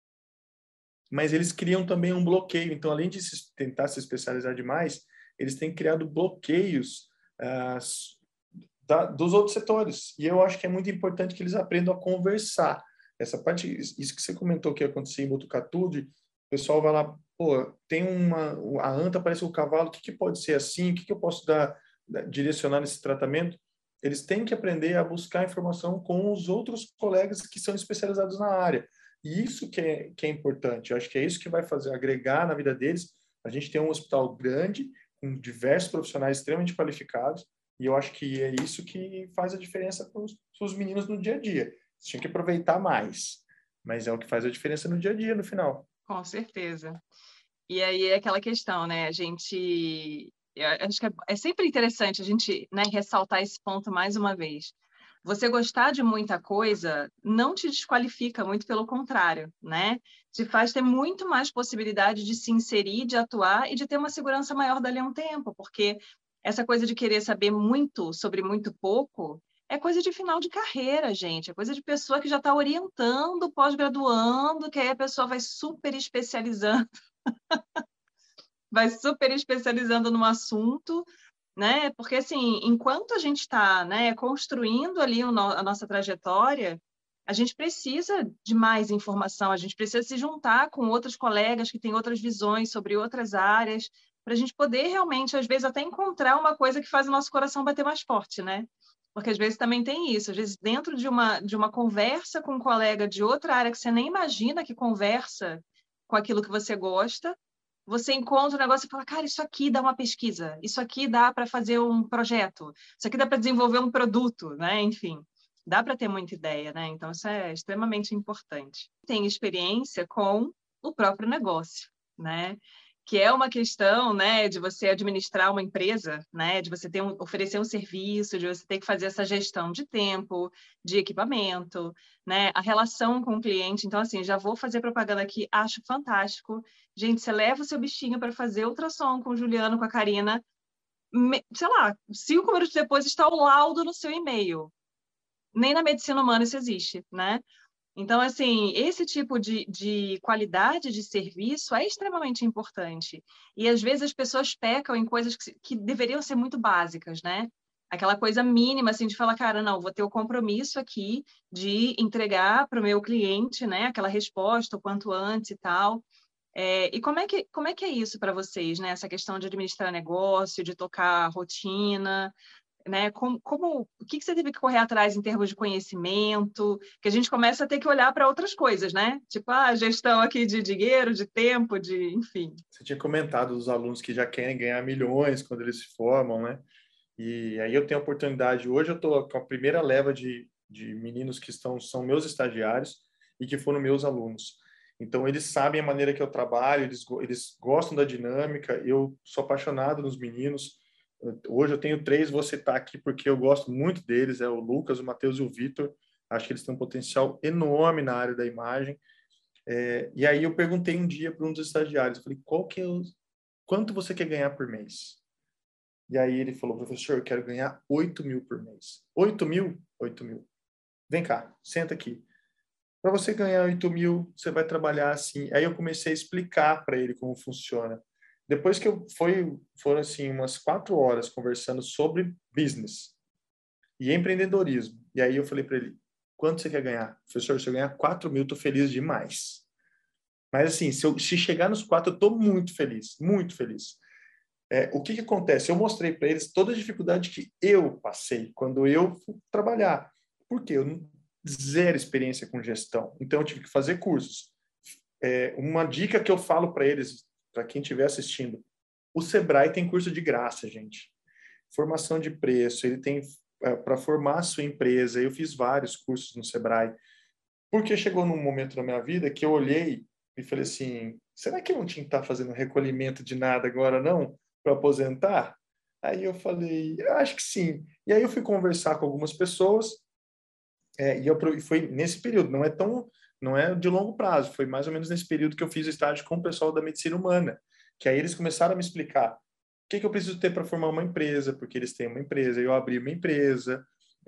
Mas eles criam também um bloqueio. Então, além de tentar se especializar demais, eles têm criado bloqueios dos outros setores. E eu acho que é muito importante que eles aprendam a conversar. essa parte, isso que você comentou que ia acontecer em Botucatu, o pessoal vai lá, pô, tem a anta parece um cavalo, o que pode ser assim? O que eu posso direcionar nesse tratamento? Eles têm que aprender a buscar informação com os outros colegas que são especializados na área. E isso que é importante. Eu acho que é isso que vai fazer agregar na vida deles. A gente tem um hospital grande, com diversos profissionais extremamente qualificados, e eu acho que é isso que faz a diferença para os meninos no dia a dia. Você tinha que aproveitar mais, mas é o que faz a diferença no dia a dia, no final. Com certeza. E aí é aquela questão, né? Eu acho que é sempre interessante a gente, né, ressaltar esse ponto mais uma vez. Você gostar de muita coisa não te desqualifica, muito pelo contrário, né? Te faz ter muito mais possibilidade de se inserir, de atuar e de ter uma segurança maior dali a um tempo, porque essa coisa de querer saber muito sobre muito pouco é coisa de final de carreira, gente. É coisa de pessoa que já está orientando, pós-graduando, que aí a pessoa vai super especializando no assunto, né? Porque, assim, enquanto a gente está, né, construindo ali a nossa trajetória, a gente precisa de mais informação, a gente precisa se juntar com outros colegas que têm outras visões sobre outras áreas, para a gente poder realmente, às vezes, até encontrar uma coisa que faz o nosso coração bater mais forte, né? Porque às vezes também tem isso, às vezes dentro de uma conversa com um colega de outra área que você nem imagina que conversa com aquilo que você gosta, você encontra um negócio e fala, cara, isso aqui dá uma pesquisa, isso aqui dá para fazer um projeto, isso aqui dá para desenvolver um produto, né? Enfim, dá para ter muita ideia, né? Então, isso é extremamente importante. Tem experiência com o próprio negócio, né? Que é uma questão, né, de você administrar uma empresa, né, de você oferecer um serviço, de você ter que fazer essa gestão de tempo, de equipamento, né, a relação com o cliente. Então, assim, já vou fazer propaganda aqui, acho fantástico. Gente, você leva o seu bichinho para fazer ultrassom com o Juliano, com a Karina, sei lá, 5 minutos depois está o laudo no seu e-mail. Nem na medicina humana isso existe, né? Então, assim, esse tipo de qualidade de serviço é extremamente importante. E, às vezes, as pessoas pecam em coisas que deveriam ser muito básicas, né? Aquela coisa mínima, assim, de falar, cara, não, vou ter o compromisso aqui de entregar para o meu cliente, né? Aquela resposta o quanto antes e tal. E como é que é isso para vocês, né? Essa questão de administrar negócio, de tocar rotina, né? O que você teve que correr atrás em termos de conhecimento? Que a gente começa a ter que olhar para outras coisas, né? Tipo, a gestão aqui de dinheiro, de tempo, enfim. Você tinha comentado dos alunos que já querem ganhar milhões quando eles se formam, né? E aí eu tenho a oportunidade, hoje eu estou com a primeira leva de meninos que são meus estagiários e que foram meus alunos. Então, eles sabem a maneira que eu trabalho, eles gostam da dinâmica, eu sou apaixonado nos meninos. Hoje eu tenho 3, vou citar aqui porque eu gosto muito deles, é o Lucas, o Matheus e o Vitor. Acho que eles têm um potencial enorme na área da imagem. E aí eu perguntei um dia para um dos estagiários, eu falei, quanto você quer ganhar por mês? E aí ele falou, professor, eu quero ganhar 8 mil por mês. 8 mil? 8 mil. Vem cá, senta aqui. Para você ganhar 8 mil, você vai trabalhar assim. Aí eu comecei a explicar para ele como funciona. Depois que foram assim umas 4 horas conversando sobre business e empreendedorismo. E aí eu falei para ele, quanto você quer ganhar? Professor, se eu ganhar 4 mil, estou feliz demais. Mas assim, se chegar nos 4, eu estou muito feliz, muito feliz. O que acontece? Eu mostrei para eles toda a dificuldade que eu passei quando eu fui trabalhar. Por quê? Eu não zero experiência com gestão. Então, eu tive que fazer cursos. Uma dica que eu falo para eles, para quem estiver assistindo, o Sebrae tem curso de graça, gente. Formação de preço, ele tem para formar a sua empresa. Eu fiz vários cursos no Sebrae. Porque chegou num momento na minha vida que eu olhei e falei assim, será que eu não tinha que estar fazendo recolhimento de nada agora, não? Para aposentar? Aí eu falei, acho que sim. E aí eu fui conversar com algumas pessoas, e foi nesse período, não é de longo prazo, foi mais ou menos nesse período que eu fiz o estágio com o pessoal da medicina humana, que aí eles começaram a me explicar o que eu preciso ter para formar uma empresa, porque eles têm uma empresa, eu abri uma empresa,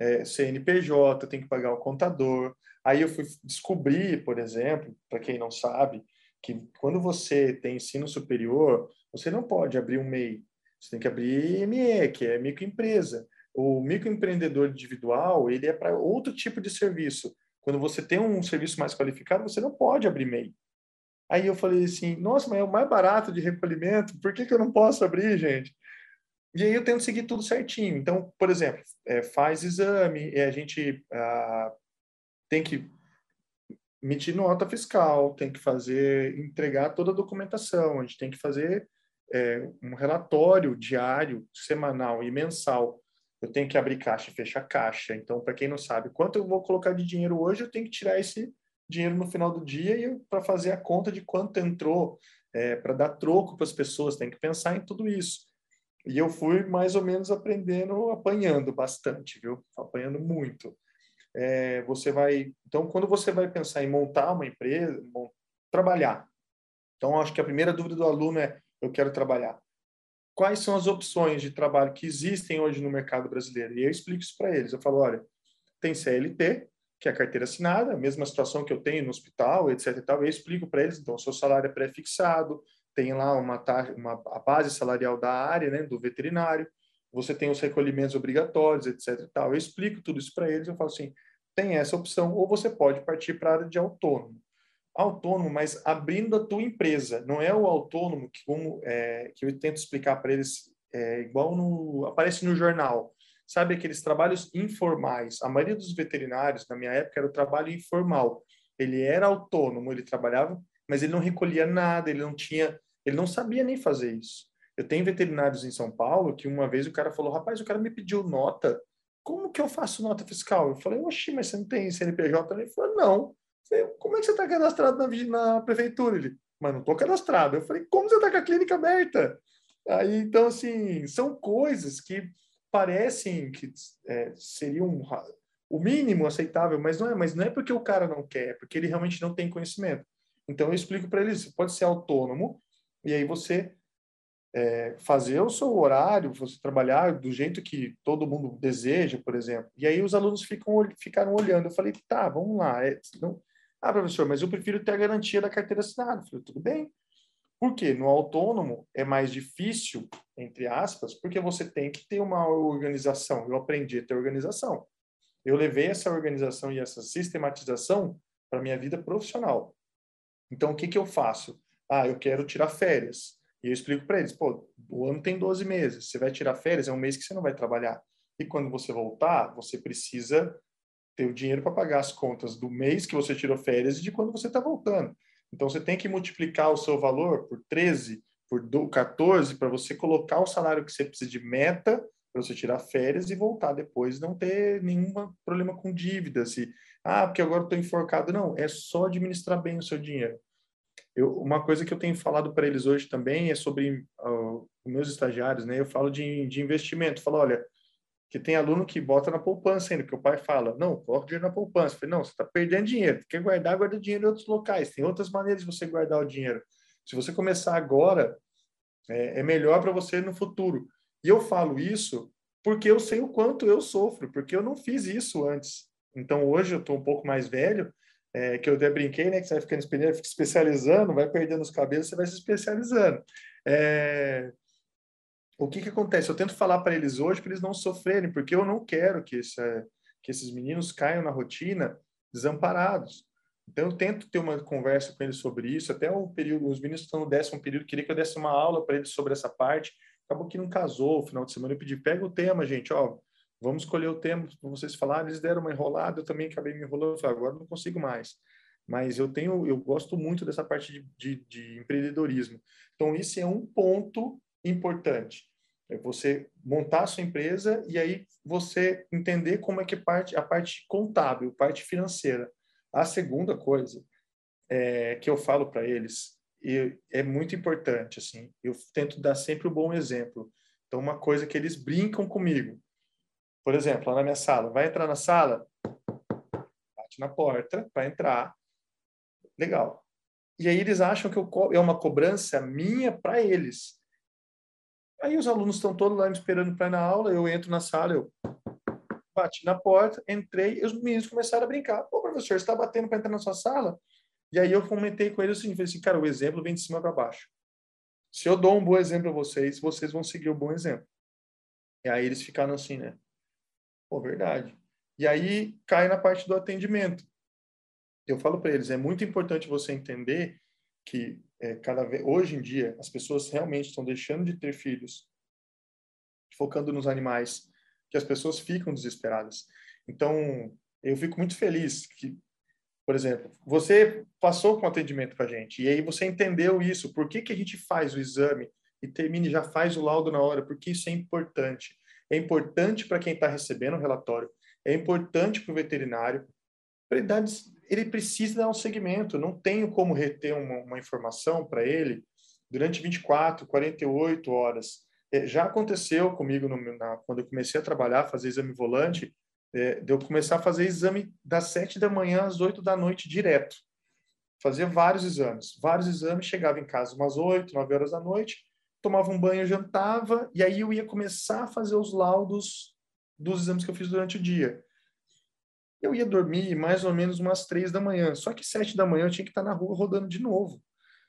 CNPJ, tem que pagar o contador. Aí eu fui descobrir, por exemplo, para quem não sabe, que quando você tem ensino superior, você não pode abrir um MEI, você tem que abrir ME, que é microempresa. O microempreendedor individual, ele é para outro tipo de serviço. Quando você tem um serviço mais qualificado, você não pode abrir MEI. Aí eu falei assim, nossa, mas é o mais barato de recolhimento, por que que eu não posso abrir, gente? E aí eu tento seguir tudo certinho. Então, por exemplo, faz exame, a gente tem que emitir nota fiscal, tem que entregar toda a documentação, a gente tem que fazer um relatório diário, semanal e mensal. Eu tenho que abrir caixa e fechar caixa. Então, para quem não sabe, quanto eu vou colocar de dinheiro hoje, eu tenho que tirar esse dinheiro no final do dia e para fazer a conta de quanto entrou, para dar troco para as pessoas, tem que pensar em tudo isso. E eu fui mais ou menos aprendendo, apanhando bastante, viu? Apanhando muito. Então, quando você vai pensar em montar uma empresa, trabalhar. Então, acho que a primeira dúvida do aluno é: eu quero trabalhar. Quais são as opções de trabalho que existem hoje no mercado brasileiro? E eu explico isso para eles. Eu falo, olha, tem CLT, que é a carteira assinada, a mesma situação que eu tenho no hospital, etc. E tal. Eu explico para eles, então, o seu salário é pré-fixado, tem lá a base salarial da área, né, do veterinário, você tem os recolhimentos obrigatórios, etc. E tal. Eu explico tudo isso para eles, eu falo assim, tem essa opção, ou você pode partir para a área de autônomo. Autônomo, mas abrindo a tua empresa. Não é o autônomo que eu tento explicar para eles, igual aparece no jornal. Sabe, aqueles trabalhos informais. A maioria dos veterinários, na minha época, era o trabalho informal. Ele era autônomo, ele trabalhava, mas ele não recolhia nada, ele não sabia nem fazer isso. Eu tenho veterinários em São Paulo que uma vez o cara falou, rapaz, o cara me pediu nota. Como que eu faço nota fiscal? Eu falei, oxi, mas você não tem CNPJ? Ele falou, não. Como é que você está cadastrado na prefeitura? Ele, mas não estou cadastrado. Eu falei, como você está com a clínica aberta? Aí, então, assim, são coisas que parecem que seriam o mínimo aceitável, mas não é. Mas não é porque o cara não quer, é porque ele realmente não tem conhecimento. Então, eu explico para eles, você pode ser autônomo, e aí você fazer o seu horário, você trabalhar do jeito que todo mundo deseja, por exemplo. E aí os alunos ficaram olhando. Eu falei, tá, vamos lá. Professor, mas eu prefiro ter a garantia da carteira assinada. Eu falei, tudo bem. Por quê? No autônomo é mais difícil, entre aspas, porque você tem que ter uma organização. Eu aprendi a ter organização. Eu levei essa organização e essa sistematização para a minha vida profissional. Então, o que eu faço? Eu quero tirar férias. E eu explico para eles, pô, o ano tem 12 meses. Você vai tirar férias, é um mês que você não vai trabalhar. E quando você voltar, você precisa ter o dinheiro para pagar as contas do mês que você tirou férias e de quando você está voltando. Então, você tem que multiplicar o seu valor por 13, por 14, para você colocar o salário que você precisa de meta, para você tirar férias e voltar depois, não ter nenhum problema com dívidas. Porque agora estou enforcado. Não, é só administrar bem o seu dinheiro. Uma coisa que eu tenho falado para eles hoje também é sobre os meus estagiários, né? Eu falo de investimento. Eu falo, olha, que tem aluno que bota na poupança ainda, que o pai fala, não, coloca o dinheiro na poupança. Eu falei, não, você está perdendo dinheiro. Quer guardar, guarda dinheiro em outros locais. Tem outras maneiras de você guardar o dinheiro. Se você começar agora, é melhor para você no futuro. E eu falo isso porque eu sei o quanto eu sofro, porque eu não fiz isso antes. Então, hoje eu estou um pouco mais velho, que eu até brinquei, né, que você vai ficando fica especializando, vai perdendo os cabelos, você vai se especializando. O que acontece? Eu tento falar para eles hoje para eles não sofrerem, porque eu não quero que esses meninos caiam na rotina desamparados. Então, eu tento ter uma conversa com eles sobre isso. Até o período, os meninos estão no 10º período, queria que eu desse uma aula para eles sobre essa parte. Acabou que não casou. No final de semana eu pedi, pega o tema, gente, vamos escolher o tema para vocês falarem. Eles deram uma enrolada, eu também acabei me enrolando. Eu falei, agora não consigo mais. Mas eu gosto muito dessa parte de empreendedorismo. Então, isso é um ponto importante. É você montar a sua empresa e aí você entender como é que a parte contábil, a parte financeira. A segunda coisa que eu falo para eles, e é muito importante, assim, eu tento dar sempre um bom exemplo. Então, uma coisa que eles brincam comigo. Por exemplo, lá na minha sala, vai entrar na sala, bate na porta para entrar, legal. E aí eles acham que é uma cobrança minha para eles. Aí os alunos estão todos lá me esperando para ir na aula, eu entro na sala, eu bati na porta, entrei, e os meninos começaram a brincar. Pô, professor, você está batendo para entrar na sua sala? E aí eu comentei com eles o seguinte, falei assim, cara, o exemplo vem de cima para baixo. Se eu dou um bom exemplo a vocês, vocês vão seguir o bom exemplo. E aí eles ficaram assim, né? Pô, verdade. E aí cai na parte do atendimento. eu falo para eles, é muito importante você entender que hoje em dia as pessoas realmente estão deixando de ter filhos, focando nos animais, que as pessoas ficam desesperadas. Então, eu fico muito feliz que, por exemplo, você passou com atendimento com a gente, e aí você entendeu isso, por que que a gente faz o exame e termina e já faz o laudo na hora, porque isso é importante. É importante para quem está recebendo o relatório, é importante para o veterinário, ele precisa dar um segmento, não tenho como reter uma informação para ele durante 24, 48 horas. Já aconteceu comigo quando eu comecei a trabalhar, fazer exame volante, de eu começar a fazer exame das 7 da manhã às 8 da noite direto. Fazia vários exames, chegava em casa umas 8, 9 horas da noite, tomava um banho, jantava, e aí eu ia começar a fazer os laudos dos exames que eu fiz durante o dia. Eu ia dormir mais ou menos umas 3 da manhã, só que 7 da manhã eu tinha que estar na rua rodando de novo.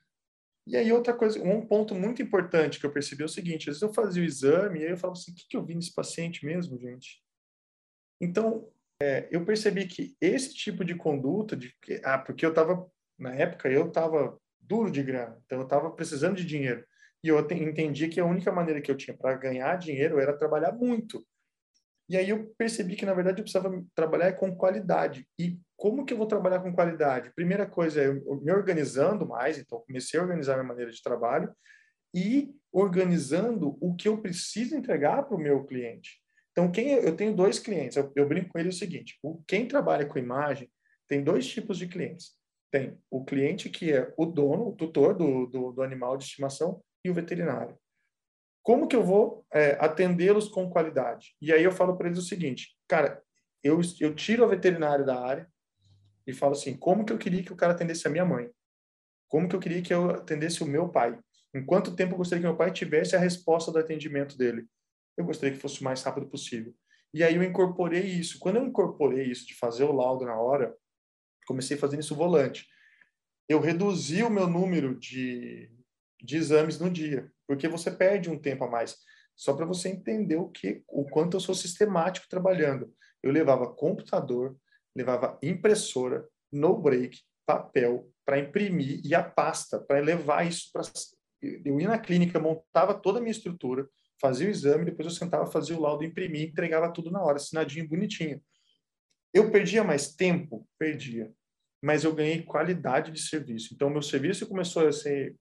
E aí outra coisa, um ponto muito importante que eu percebi é o seguinte, às vezes eu fazia o exame e aí eu falava assim, o que eu vi nesse paciente mesmo, gente? Então, eu percebi que esse tipo de conduta, porque na época eu estava duro de grana, então eu estava precisando de dinheiro. E eu entendi que a única maneira que eu tinha para ganhar dinheiro era trabalhar muito. E aí eu percebi que, na verdade, eu precisava trabalhar com qualidade. E como que eu vou trabalhar com qualidade? Primeira coisa é eu me organizando mais, então comecei a organizar minha maneira de trabalho e organizando o que eu preciso entregar para o meu cliente. Então, eu tenho 2 clientes, eu brinco com ele o seguinte, quem trabalha com imagem tem 2 tipos de clientes. Tem o cliente que é o dono, o tutor do animal de estimação e o veterinário. Como que eu vou atendê-los com qualidade? E aí eu falo para eles o seguinte, cara, eu tiro a veterinária da área e falo assim, como que eu queria que o cara atendesse a minha mãe? Como que eu queria que eu atendesse o meu pai? Em quanto tempo eu gostaria que meu pai tivesse a resposta do atendimento dele? Eu gostaria que fosse o mais rápido possível. E aí eu incorporei isso. Quando eu incorporei isso de fazer o laudo na hora, comecei fazendo isso volante. Eu reduzi o meu número de exames no dia, porque você perde um tempo a mais. Só para você entender o quanto eu sou sistemático trabalhando. Eu levava computador, levava impressora, no break, papel para imprimir e a pasta para levar isso para. Eu ia na clínica, montava toda a minha estrutura, fazia o exame, depois eu sentava, fazia o laudo, imprimia, entregava tudo na hora, assinadinho, bonitinho. Eu perdia mais tempo? Perdia. Mas eu ganhei qualidade de serviço. Então, meu serviço começou a ser...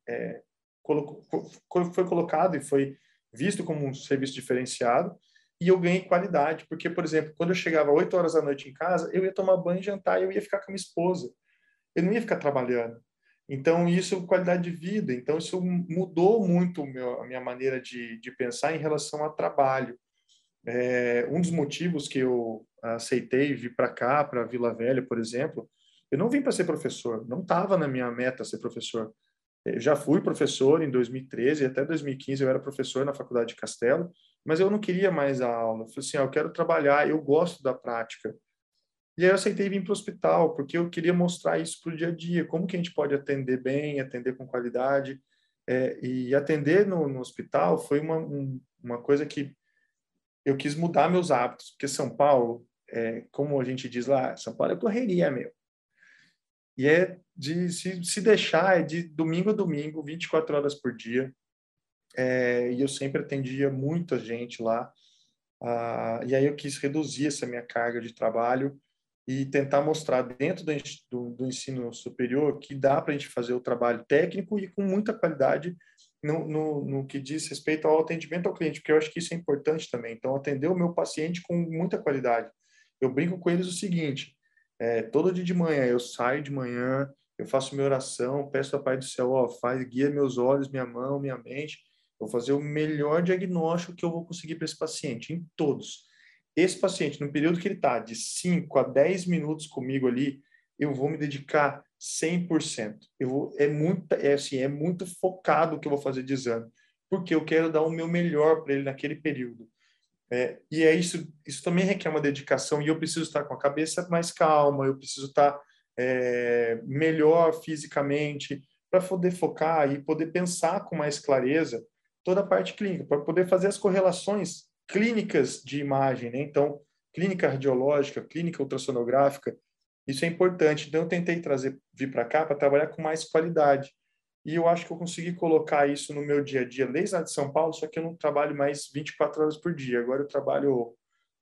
foi colocado e foi visto como um serviço diferenciado e eu ganhei qualidade. Porque, por exemplo, quando eu chegava 8 horas da noite em casa, eu ia tomar banho e jantar e eu ia ficar com a minha esposa. Eu não ia ficar trabalhando. Então, isso, qualidade de vida. Então, isso mudou muito a minha maneira de pensar em relação ao trabalho. Um dos motivos que eu aceitei vir para cá, para Vila Velha, por exemplo, eu não vim para ser professor, não estava na minha meta ser professor. Eu já fui professor em 2013 e até 2015 eu era professor na Faculdade de Castelo, mas eu não queria mais a aula. Eu falei assim, eu quero trabalhar, eu gosto da prática. E aí eu aceitei vir para o hospital, porque eu queria mostrar isso para o dia a dia, como que a gente pode atender bem, atender com qualidade. E atender no hospital foi uma coisa que eu quis mudar meus hábitos, porque São Paulo, como a gente diz lá, São Paulo é correria, meu. E de se deixar, é de domingo a domingo, 24 horas por dia. E eu sempre atendia muita gente lá. E aí eu quis reduzir essa minha carga de trabalho e tentar mostrar dentro do ensino superior que dá para a gente fazer o trabalho técnico e com muita qualidade no que diz respeito ao atendimento ao cliente, porque eu acho que isso é importante também. Então, atender o meu paciente com muita qualidade. Eu brinco com eles o seguinte, todo dia de manhã, eu saio de manhã, eu faço minha oração, peço ao Pai do Céu, guia meus olhos, minha mão, minha mente, eu vou fazer o melhor diagnóstico que eu vou conseguir para esse paciente, em todos. Esse paciente, no período que ele está, de 5 a 10 minutos comigo ali, eu vou me dedicar 100%. É muito focado o que eu vou fazer de exame, porque eu quero dar o meu melhor para ele naquele período. E isso também requer uma dedicação e eu preciso estar com a cabeça mais calma, eu preciso estar melhor fisicamente para poder focar e poder pensar com mais clareza toda a parte clínica, para poder fazer as correlações clínicas de imagem, né? Então, clínica radiológica, clínica ultrassonográfica, Isso é importante. Então, eu tentei vir para cá para trabalhar com mais qualidade. E eu acho que eu consegui colocar isso no meu dia a dia, desde lá de São Paulo, só que eu não trabalho mais 24 horas por dia. Agora eu trabalho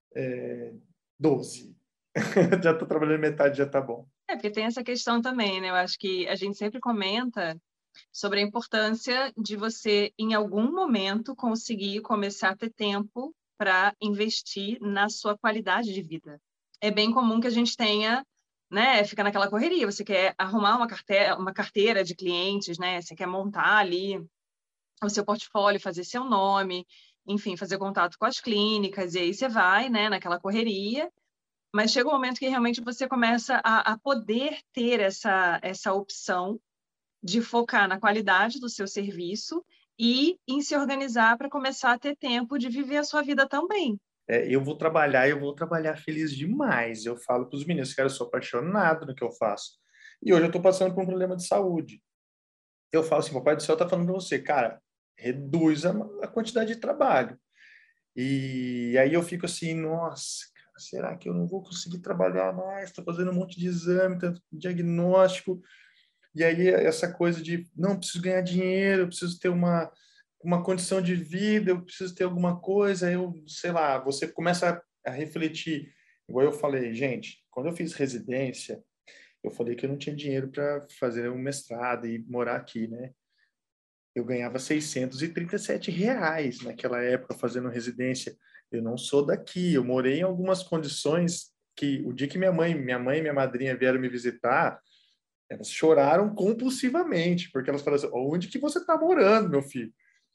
12. Já estou trabalhando metade, já está bom. Porque tem essa questão também, né? Eu acho que a gente sempre comenta sobre a importância de você, em algum momento, conseguir começar a ter tempo para investir na sua qualidade de vida. É bem comum que a gente tenha, né, fica naquela correria, você quer arrumar uma carteira de clientes, né? Você quer montar ali o seu portfólio, fazer seu nome, enfim, fazer contato com as clínicas, e aí você vai, né, naquela correria, mas chega um momento que realmente você começa a poder ter essa opção de focar na qualidade do seu serviço e em se organizar para começar a ter tempo de viver a sua vida também. Eu vou trabalhar feliz demais. Eu falo para os meninos, cara, eu sou apaixonado no que eu faço. E hoje eu estou passando por um problema de saúde. Eu falo assim, papai do céu está falando para você, cara, reduz a quantidade de trabalho. E aí eu fico assim, nossa, cara, será que eu não vou conseguir trabalhar mais? Estou fazendo um monte de exame, diagnóstico. E aí essa coisa de, não, preciso ganhar dinheiro, eu preciso ter uma condição de vida, eu preciso ter alguma coisa, eu, sei lá, você começa a refletir. Igual eu falei, gente, quando eu fiz residência, eu falei que eu não tinha dinheiro para fazer um mestrado e morar aqui, né? Eu ganhava R$ 637 naquela época fazendo residência. Eu não sou daqui, eu morei em algumas condições que o dia que minha mãe e minha madrinha vieram me visitar, elas choraram compulsivamente, porque elas falaram assim, onde que você está morando, meu filho?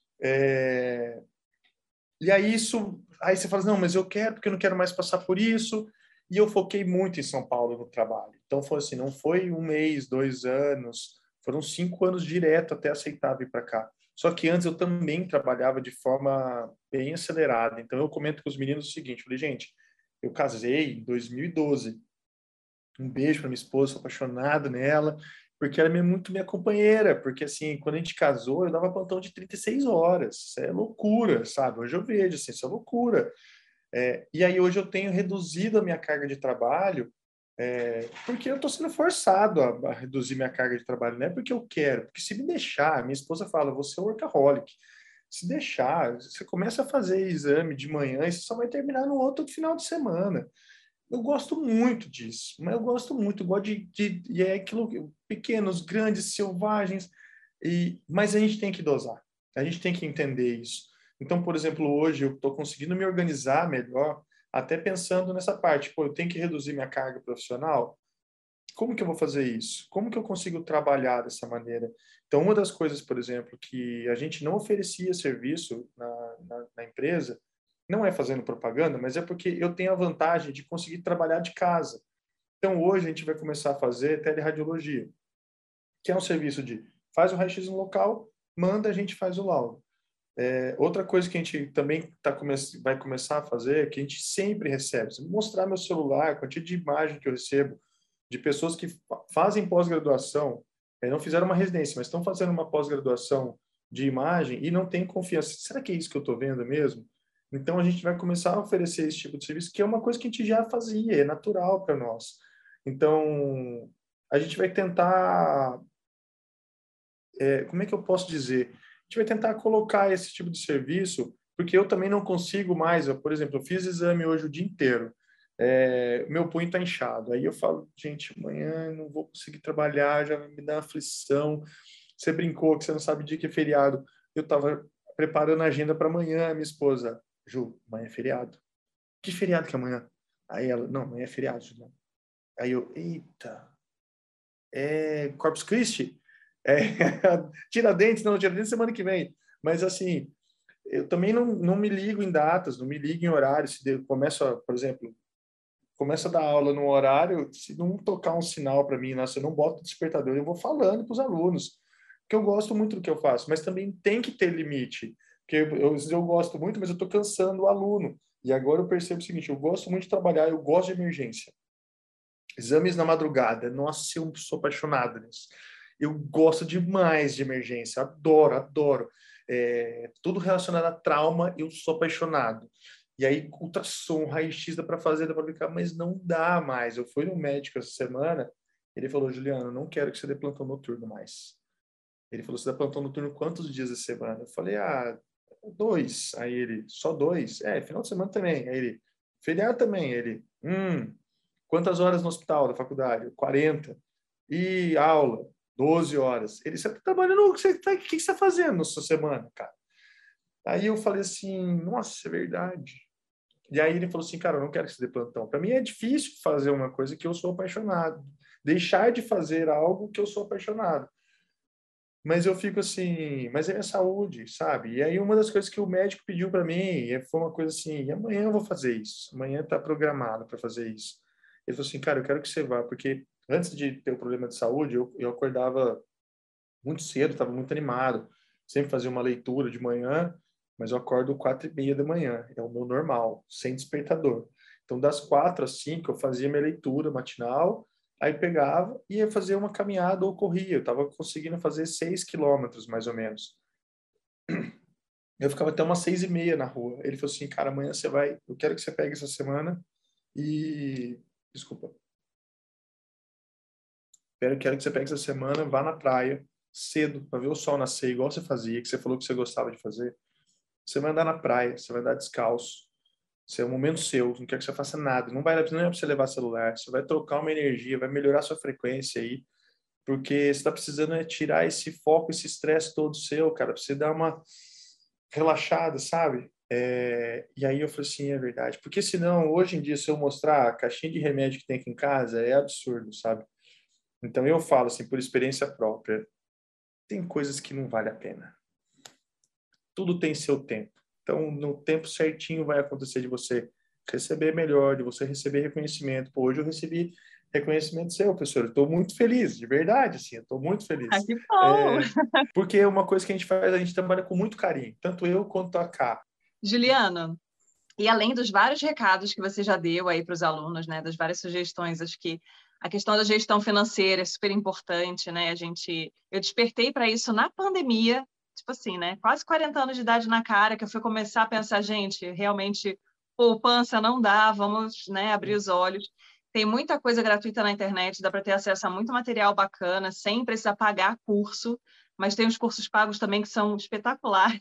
E aí aí você fala, não, mas eu quero, porque eu não quero mais passar por isso, e eu foquei muito em São Paulo no trabalho. Então foi assim, não foi 1 mês, 2 anos, foram 5 anos direto até aceitar vir para cá. Só que antes eu também trabalhava de forma bem acelerada. Então eu comento com os meninos o seguinte, falei, gente, eu casei em 2012. Um beijo para minha esposa, sou apaixonado nela, porque ela é muito minha companheira, porque assim, quando a gente casou, eu dava plantão de 36 horas. Isso é loucura, sabe? Hoje eu vejo, assim, isso é loucura. E aí hoje eu tenho reduzido a minha carga de trabalho, porque eu estou sendo forçado a reduzir minha carga de trabalho, não é porque eu quero, porque se me deixar, minha esposa fala, você é workaholic. Se deixar, você começa a fazer exame de manhã e você só vai terminar no outro final de semana. Eu gosto muito disso, mas eu gosto muito, eu gosto e é aquilo, pequenos, grandes, selvagens, mas a gente tem que dosar, a gente tem que entender isso. Então, por exemplo, hoje eu estou conseguindo me organizar melhor, até pensando nessa parte, pô, eu tenho que reduzir minha carga profissional, como que eu vou fazer isso? Como que eu consigo trabalhar dessa maneira? Então, uma das coisas, por exemplo, que a gente não oferecia serviço na empresa, não é fazendo propaganda, mas é porque eu tenho a vantagem de conseguir trabalhar de casa. Então, hoje a gente vai começar a fazer teleradiologia, que é um serviço de faz o raio-x no local, manda, a gente faz o laudo. Outra coisa que a gente também vai começar a fazer, que a gente sempre recebe, se mostrar meu celular, a quantidade de imagem que eu recebo, de pessoas que fazem pós-graduação, não fizeram uma residência, mas estão fazendo uma pós-graduação de imagem e não têm confiança. Será que é isso que eu estou vendo mesmo? Então, a gente vai começar a oferecer esse tipo de serviço, que é uma coisa que a gente já fazia, é natural para nós. Então, a gente vai tentar... como é que eu posso dizer? A gente vai tentar colocar esse tipo de serviço, porque eu também não consigo mais. Por exemplo, eu fiz exame hoje o dia inteiro. Meu punho está inchado. Aí eu falo, gente, amanhã eu não vou conseguir trabalhar, já me dá aflição. Você brincou que você não sabe dia que é feriado. Eu estava preparando a agenda para amanhã, minha esposa. Ju, amanhã é feriado. Que feriado que é amanhã? Aí ela, não, amanhã é feriado, Ju. Aí eu, eita, Corpus Christi? Tiradentes, não, Tiradentes semana que vem. Mas assim, eu também não me ligo em datas, não me ligo em horários. Se começa, por exemplo, começa a dar aula no horário, se não tocar um sinal para mim, se eu não boto despertador, eu vou falando para os alunos, porque eu gosto muito do que eu faço, mas também tem que ter limite, porque eu gosto muito, mas eu estou cansando o aluno. E agora eu percebo o seguinte, eu gosto muito de trabalhar, eu gosto de emergência. Exames na madrugada, nossa, eu sou apaixonado nisso. Eu gosto demais de emergência, adoro, adoro. Tudo relacionado a trauma, eu sou apaixonado. E aí, ultrassom, raio-x dá para fazer, dá para aplicar, mas não dá mais. Eu fui no médico essa semana, ele falou, Juliano, não quero que você dê plantão noturno mais. Ele falou, você dá plantão noturno quantos dias da semana? Eu falei, 2. Aí ele, só 2? Final de semana também. Aí ele, feriado também. Ele, quantas horas no hospital da faculdade? 40. E aula? 12 horas. Ele, você está trabalhando, o que você está fazendo na sua semana, cara? Aí eu falei assim, nossa, é verdade. E aí ele falou assim, cara, eu não quero que você dê plantão. Para mim é difícil fazer uma coisa que eu sou apaixonado. Deixar de fazer algo que eu sou apaixonado. Mas eu fico assim, mas é minha saúde, sabe? E aí uma das coisas que o médico pediu para mim foi uma coisa assim, amanhã eu vou fazer isso. Amanhã está programado para fazer isso. Ele falou assim, cara, eu quero que você vá, porque antes de ter o problema de saúde, eu acordava muito cedo, estava muito animado. Sempre fazia uma leitura de manhã, mas eu acordo 4:30 da manhã. É o meu normal, sem despertador. Então, das 4 às 5, eu fazia minha leitura matinal, aí pegava e ia fazer uma caminhada ou corria. Eu estava conseguindo fazer 6 quilômetros, mais ou menos. Eu ficava até umas 6:30 na rua. Ele falou assim, cara, amanhã você vai... Eu quero que você pegue essa semana e... Desculpa. Eu quero que você pegue essa semana, vá na praia, cedo, para ver o sol nascer, igual você fazia, que você falou que você gostava de fazer. Você vai andar na praia, você vai andar descalço. Esse é um momento seu, não quer que você faça nada. Não é para você levar celular, você vai trocar uma energia, vai melhorar sua frequência aí, porque você está precisando tirar esse foco, esse estresse todo seu, cara, para você dar uma relaxada, sabe? E aí eu falei assim, é verdade. Porque senão, hoje em dia, se eu mostrar a caixinha de remédio que tem aqui em casa, é absurdo, sabe? Então eu falo assim, por experiência própria, tem coisas que não vale a pena. Tudo tem seu tempo. Então, no tempo certinho vai acontecer de você receber melhor, de você receber reconhecimento. Pô, hoje eu recebi reconhecimento seu, professor. Estou muito feliz, de verdade, assim, estou muito feliz. Que bom! Porque é uma coisa que a gente faz, a gente trabalha com muito carinho, tanto eu quanto a Cá. Juliano, e além dos vários recados que você já deu aí para os alunos, né, das várias sugestões, acho que a questão da gestão financeira é super importante, né? Eu despertei para isso na pandemia, tipo assim, né? Quase 40 anos de idade na cara, que eu fui começar a pensar, gente, realmente poupança não dá, vamos, né, abrir os olhos. Tem muita coisa gratuita na internet, dá para ter acesso a muito material bacana, sem precisar pagar curso, mas tem os cursos pagos também que são espetaculares.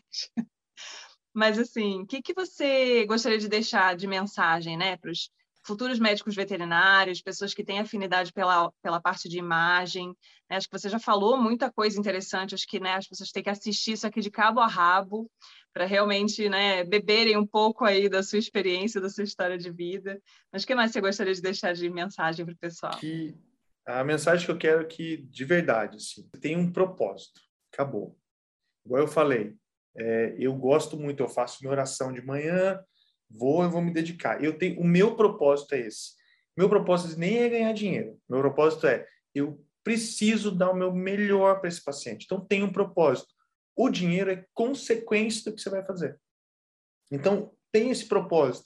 Mas, assim, o que você gostaria de deixar de mensagem, né, para os futuros médicos veterinários, pessoas que têm afinidade pela parte de imagem? Né? Acho que você já falou muita coisa interessante, acho que, né, as pessoas têm que assistir isso aqui de cabo a rabo para realmente, né, beberem um pouco aí da sua experiência, da sua história de vida. Mas o que mais você gostaria de deixar de mensagem para o pessoal? Que a mensagem que eu quero é que, de verdade, assim, tem um propósito. Acabou. Igual eu falei, eu gosto muito, eu faço minha oração de manhã, eu vou me dedicar. O meu propósito é esse. Meu propósito nem é ganhar dinheiro. Meu propósito é, eu preciso dar o meu melhor para esse paciente. Então, tem um propósito. O dinheiro é consequência do que você vai fazer. Então, tem esse propósito.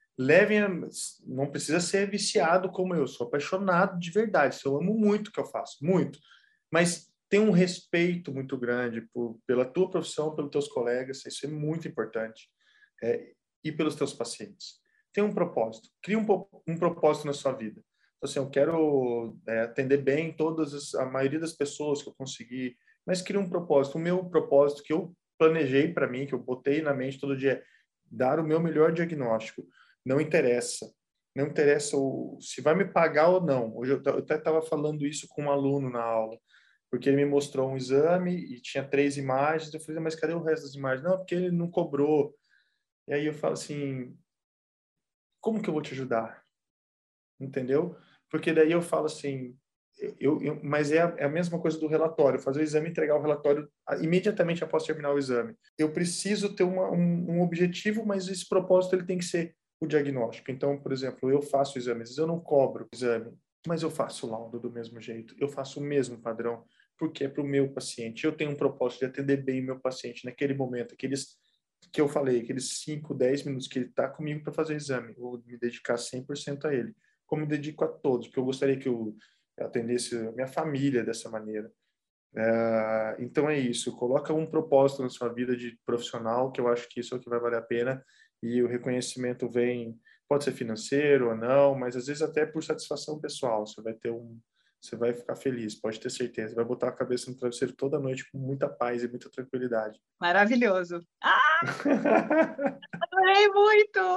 Não precisa ser viciado como eu, sou apaixonado de verdade. Eu amo muito o que eu faço, muito. Mas tem um respeito muito grande pela tua profissão, pelos teus colegas, isso é muito importante, e pelos teus pacientes. Tem um propósito, cria um propósito na sua vida. Então, assim, eu quero atender bem a maioria das pessoas que eu conseguir, mas cria um propósito. O meu propósito que eu planejei para mim, que eu botei na mente todo dia, é dar o meu melhor diagnóstico. Não interessa. Não interessa se vai me pagar ou não. Hoje eu até estava falando isso com um aluno na aula, porque ele me mostrou um exame e tinha 3 imagens. Eu falei, mas cadê o resto das imagens? Não, porque ele não cobrou. E aí eu falo assim, como que eu vou te ajudar? Entendeu? Porque daí eu falo assim, mas é a mesma coisa do relatório, fazer o exame e entregar o relatório imediatamente após terminar o exame. Eu preciso ter um objetivo, mas esse propósito ele tem que ser o diagnóstico. Então, por exemplo, eu faço exames, eu não cobro o exame, mas eu faço o laudo do mesmo jeito, eu faço o mesmo padrão, porque é para o meu paciente. Eu tenho um propósito de atender bem o meu paciente naquele momento, que eu falei, aqueles 5, 10 minutos que ele está comigo para fazer o exame, eu vou me dedicar 100% a ele, como me dedico a todos, porque eu gostaria que eu atendesse a minha família dessa maneira. Então é isso, coloca um propósito na sua vida de profissional, que eu acho que isso é o que vai valer a pena, e o reconhecimento pode ser financeiro ou não, mas às vezes até por satisfação pessoal. Você vai ficar feliz, pode ter certeza. Vai botar a cabeça no travesseiro toda noite com muita paz e muita tranquilidade. Maravilhoso. Adorei muito!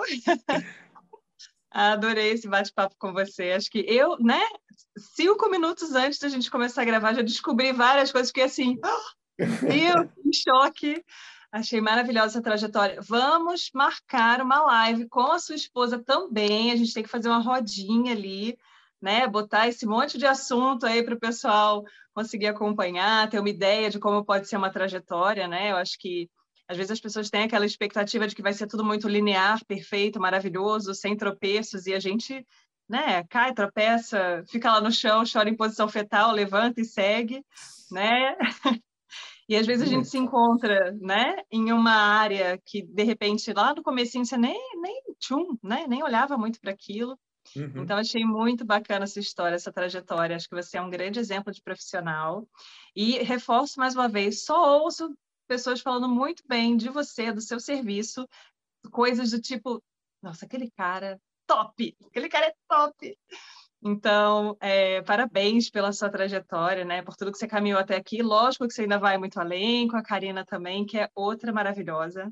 Adorei esse bate-papo com você. Acho que 5 minutos antes da gente começar a gravar, já descobri várias coisas, fiquei assim, em choque. Achei maravilhosa essa trajetória. Vamos marcar uma live com a sua esposa também. A gente tem que fazer uma rodinha ali, né? Botar esse monte de assunto aí para o pessoal conseguir acompanhar, ter uma ideia de como pode ser uma trajetória, né? Eu acho que às vezes as pessoas têm aquela expectativa de que vai ser tudo muito linear, perfeito, maravilhoso, sem tropeços, e a gente, né, cai, tropeça, fica lá no chão, chora em posição fetal, levanta e segue, né? E às vezes a gente se encontra, né, em uma área que, de repente, lá no comecinho você nem olhava muito para aquilo. Uhum. Então, achei muito bacana essa história, essa trajetória. Acho que você é um grande exemplo de profissional. E reforço mais uma vez, só ouço pessoas falando muito bem de você, do seu serviço, coisas do tipo, nossa, aquele cara é top. Então, parabéns pela sua trajetória, né? Por tudo que você caminhou até aqui. Lógico que você ainda vai muito além, com a Karina também, que é outra maravilhosa.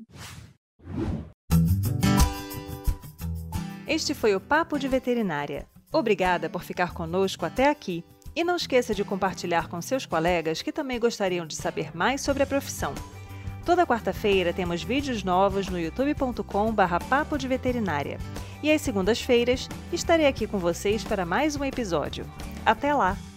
Este foi o Papo de Veterinária. Obrigada por ficar conosco até aqui. E não esqueça de compartilhar com seus colegas que também gostariam de saber mais sobre a profissão. Toda quarta-feira temos vídeos novos no youtube.com/Papo de Veterinária. E às segundas-feiras estarei aqui com vocês para mais um episódio. Até lá!